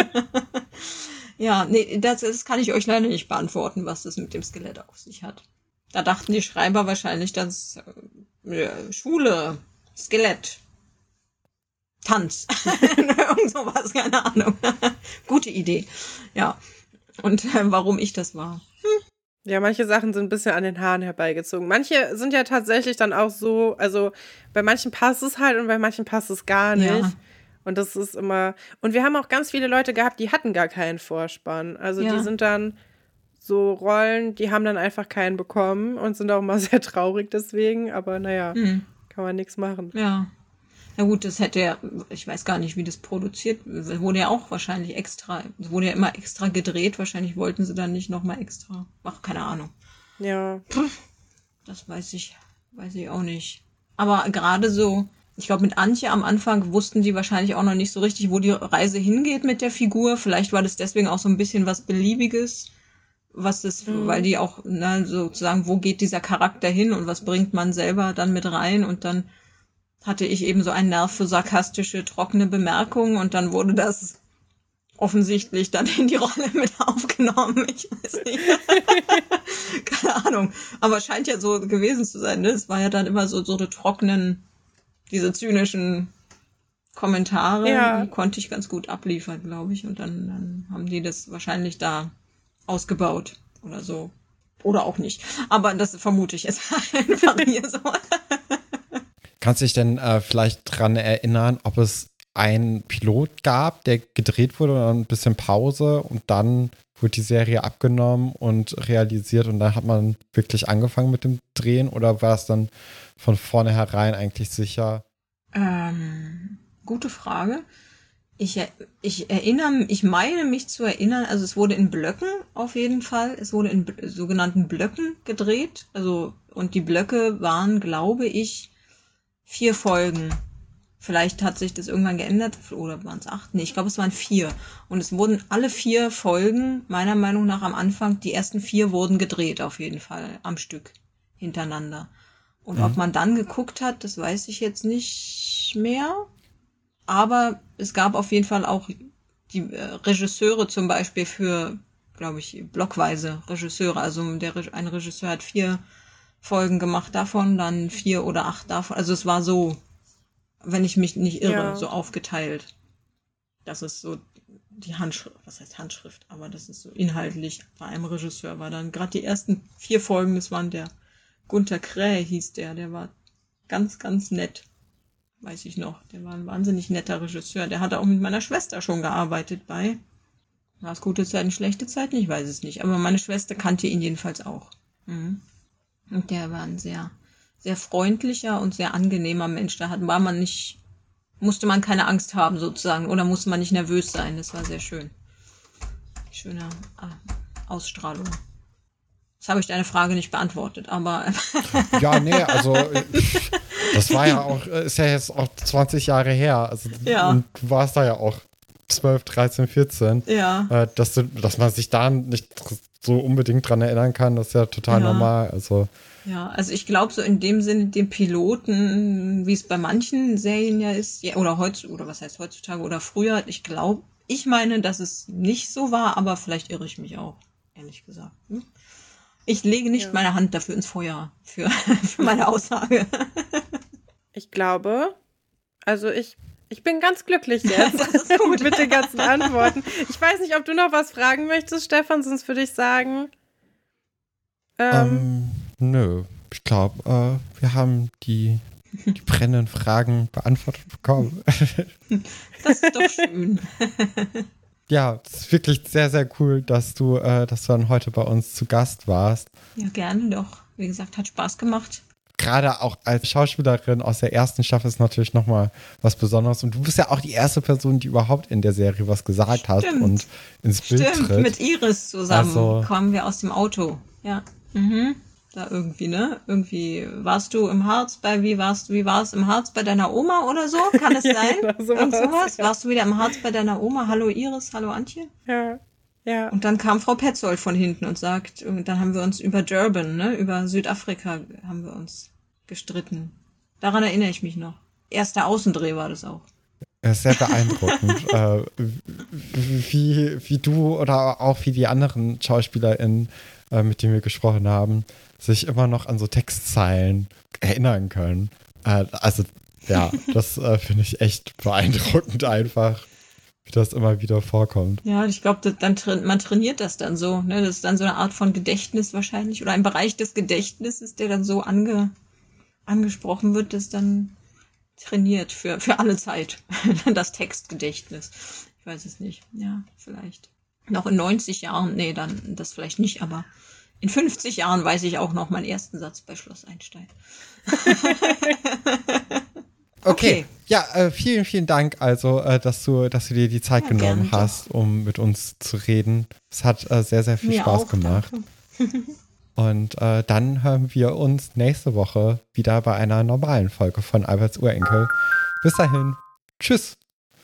Ja, nee, das kann ich euch leider nicht beantworten, was das mit dem Skelett auf sich hat. Da dachten die Schreiber wahrscheinlich, dass Schule, Skelett, Tanz, irgend sowas, keine Ahnung. Gute Idee. Ja. Und warum ich das war. Ja, manche Sachen sind ein bisschen an den Haaren herbeigezogen. Manche sind ja tatsächlich dann auch so, also bei manchen passt es halt und bei manchen passt es gar nicht. Ja. Und das ist immer, und wir haben auch ganz viele Leute gehabt, die hatten gar keinen Vorspann. Also die sind dann so Rollen, die haben dann einfach keinen bekommen und sind auch immer sehr traurig deswegen. Aber naja, kann man nichts machen. Ja. Na gut, das hätte ja, ich weiß gar nicht, wie das produziert, wurde ja auch wahrscheinlich extra, es wurde ja immer extra gedreht, wahrscheinlich wollten sie dann nicht nochmal extra, keine Ahnung. Ja. Das weiß ich auch nicht. Aber gerade so, ich glaube mit Antje am Anfang wussten die wahrscheinlich auch noch nicht so richtig, wo die Reise hingeht mit der Figur, vielleicht war das deswegen auch so ein bisschen was Beliebiges, weil die auch, sozusagen, wo geht dieser Charakter hin und was bringt man selber dann mit rein und dann hatte ich eben so einen Nerv für sarkastische, trockene Bemerkungen und dann wurde das offensichtlich dann in die Rolle mit aufgenommen. Ich weiß nicht. Keine Ahnung. Aber es scheint ja so gewesen zu sein, ne? Es war ja dann immer so die trockenen, diese zynischen Kommentare, die konnte ich ganz gut abliefern, glaube ich. Und dann haben die das wahrscheinlich da ausgebaut oder so. Oder auch nicht. Aber das vermute ich jetzt einfach hier so. Kannst du dich denn vielleicht dran erinnern, ob es einen Pilot gab, der gedreht wurde und dann ein bisschen Pause und dann wurde die Serie abgenommen und realisiert und dann hat man wirklich angefangen mit dem Drehen oder war es dann von vornherein eigentlich sicher? Gute Frage. Ich meine mich zu erinnern, also es wurde in Blöcken auf jeden Fall, es wurde in sogenannten Blöcken gedreht, also und die Blöcke waren, glaube ich, 4 Folgen. Vielleicht hat sich das irgendwann geändert, oder waren es 8? Nee, ich glaube, es waren 4. Und es wurden alle 4 Folgen, meiner Meinung nach am Anfang, die ersten 4 wurden gedreht, auf jeden Fall, am Stück, hintereinander. Und ob man dann geguckt hat, das weiß ich jetzt nicht mehr. Aber es gab auf jeden Fall auch die Regisseure zum Beispiel für, glaube ich, blockweise Regisseure. Also ein Regisseur hat 4 Folgen gemacht davon, dann 4 oder 8 davon. Also es war so, wenn ich mich nicht irre, so aufgeteilt. Das ist so die Handschrift, was heißt Handschrift, aber das ist so inhaltlich bei einem Regisseur war dann gerade die ersten 4 Folgen, das waren der Gunter Krähe hieß der war ganz, ganz nett. Weiß ich noch, der war ein wahnsinnig netter Regisseur. Der hat auch mit meiner Schwester schon gearbeitet bei. War es gute Zeiten, schlechte Zeiten? Ich weiß es nicht. Aber meine Schwester kannte ihn jedenfalls auch. Mhm. Und der war ein sehr, sehr freundlicher und sehr angenehmer Mensch. Da musste man keine Angst haben sozusagen oder musste man nicht nervös sein. Das war sehr schön. Schöne Ausstrahlung. Jetzt habe ich deine Frage nicht beantwortet, aber... Ja, nee, also das war ja auch, ist ja jetzt auch 20 Jahre her. Also, und du warst da ja auch 12, 13, 14. Ja. Dass man sich da nicht so unbedingt dran erinnern kann, das ist ja total normal. Also ich glaube so in dem Sinne, den Piloten, wie es bei manchen Serien ja ist, oder was heißt heutzutage oder früher, ich meine, dass es nicht so war, aber vielleicht irre ich mich auch, ehrlich gesagt. Ich lege nicht meine Hand dafür ins Feuer für meine Aussage. Ich glaube, also ich bin ganz glücklich jetzt das ist gut. mit den ganzen Antworten. Ich weiß nicht, ob du noch was fragen möchtest, Stefan, sonst würde ich sagen, Nö, ich glaube, wir haben die brennenden Fragen beantwortet bekommen. Das ist doch schön. Ja, es ist wirklich sehr, sehr cool, dass du dann heute bei uns zu Gast warst. Ja, gerne doch. Wie gesagt, hat Spaß gemacht. Gerade auch als Schauspielerin aus der ersten Staffel ist natürlich nochmal was Besonderes. Und du bist ja auch die erste Person, die überhaupt in der Serie was gesagt hat und ins Bild tritt. Mit Iris zusammen kamen wir aus dem Auto. Ja. Da irgendwie, ne? Irgendwie warst du im Harz wie war es im Harz bei deiner Oma oder so? Kann es sein? Ja, sowas? Ja. Warst du wieder im Harz bei deiner Oma? Hallo Iris, hallo Antje? Ja. Und dann kam Frau Petzold von hinten und sagt, und dann haben wir uns über Durban, ne? Über Südafrika haben wir uns gestritten. Daran erinnere ich mich noch. Erster Außendreh war das auch. Sehr beeindruckend, wie du oder auch wie die anderen SchauspielerInnen, mit denen wir gesprochen haben, sich immer noch an so Textzeilen erinnern können. Also ja, das finde ich echt beeindruckend einfach, wie das immer wieder vorkommt. Ja, ich glaube, man trainiert das dann so. Ne? Das ist dann so eine Art von Gedächtnis wahrscheinlich oder ein Bereich des Gedächtnisses, der dann so angesprochen wird, das dann trainiert für alle Zeit. Das Textgedächtnis. Ich weiß es nicht. Ja, vielleicht. Noch in 90 Jahren, nee, dann das vielleicht nicht, aber in 50 Jahren weiß ich auch noch meinen ersten Satz bei Schloss Einstein. Okay. Ja, vielen, vielen Dank also, dass du dir die Zeit genommen hast, um mit uns zu reden. Es hat sehr, sehr viel Spaß gemacht. Und dann hören wir uns nächste Woche wieder bei einer normalen Folge von Alberts Urenkel. Bis dahin. Tschüss.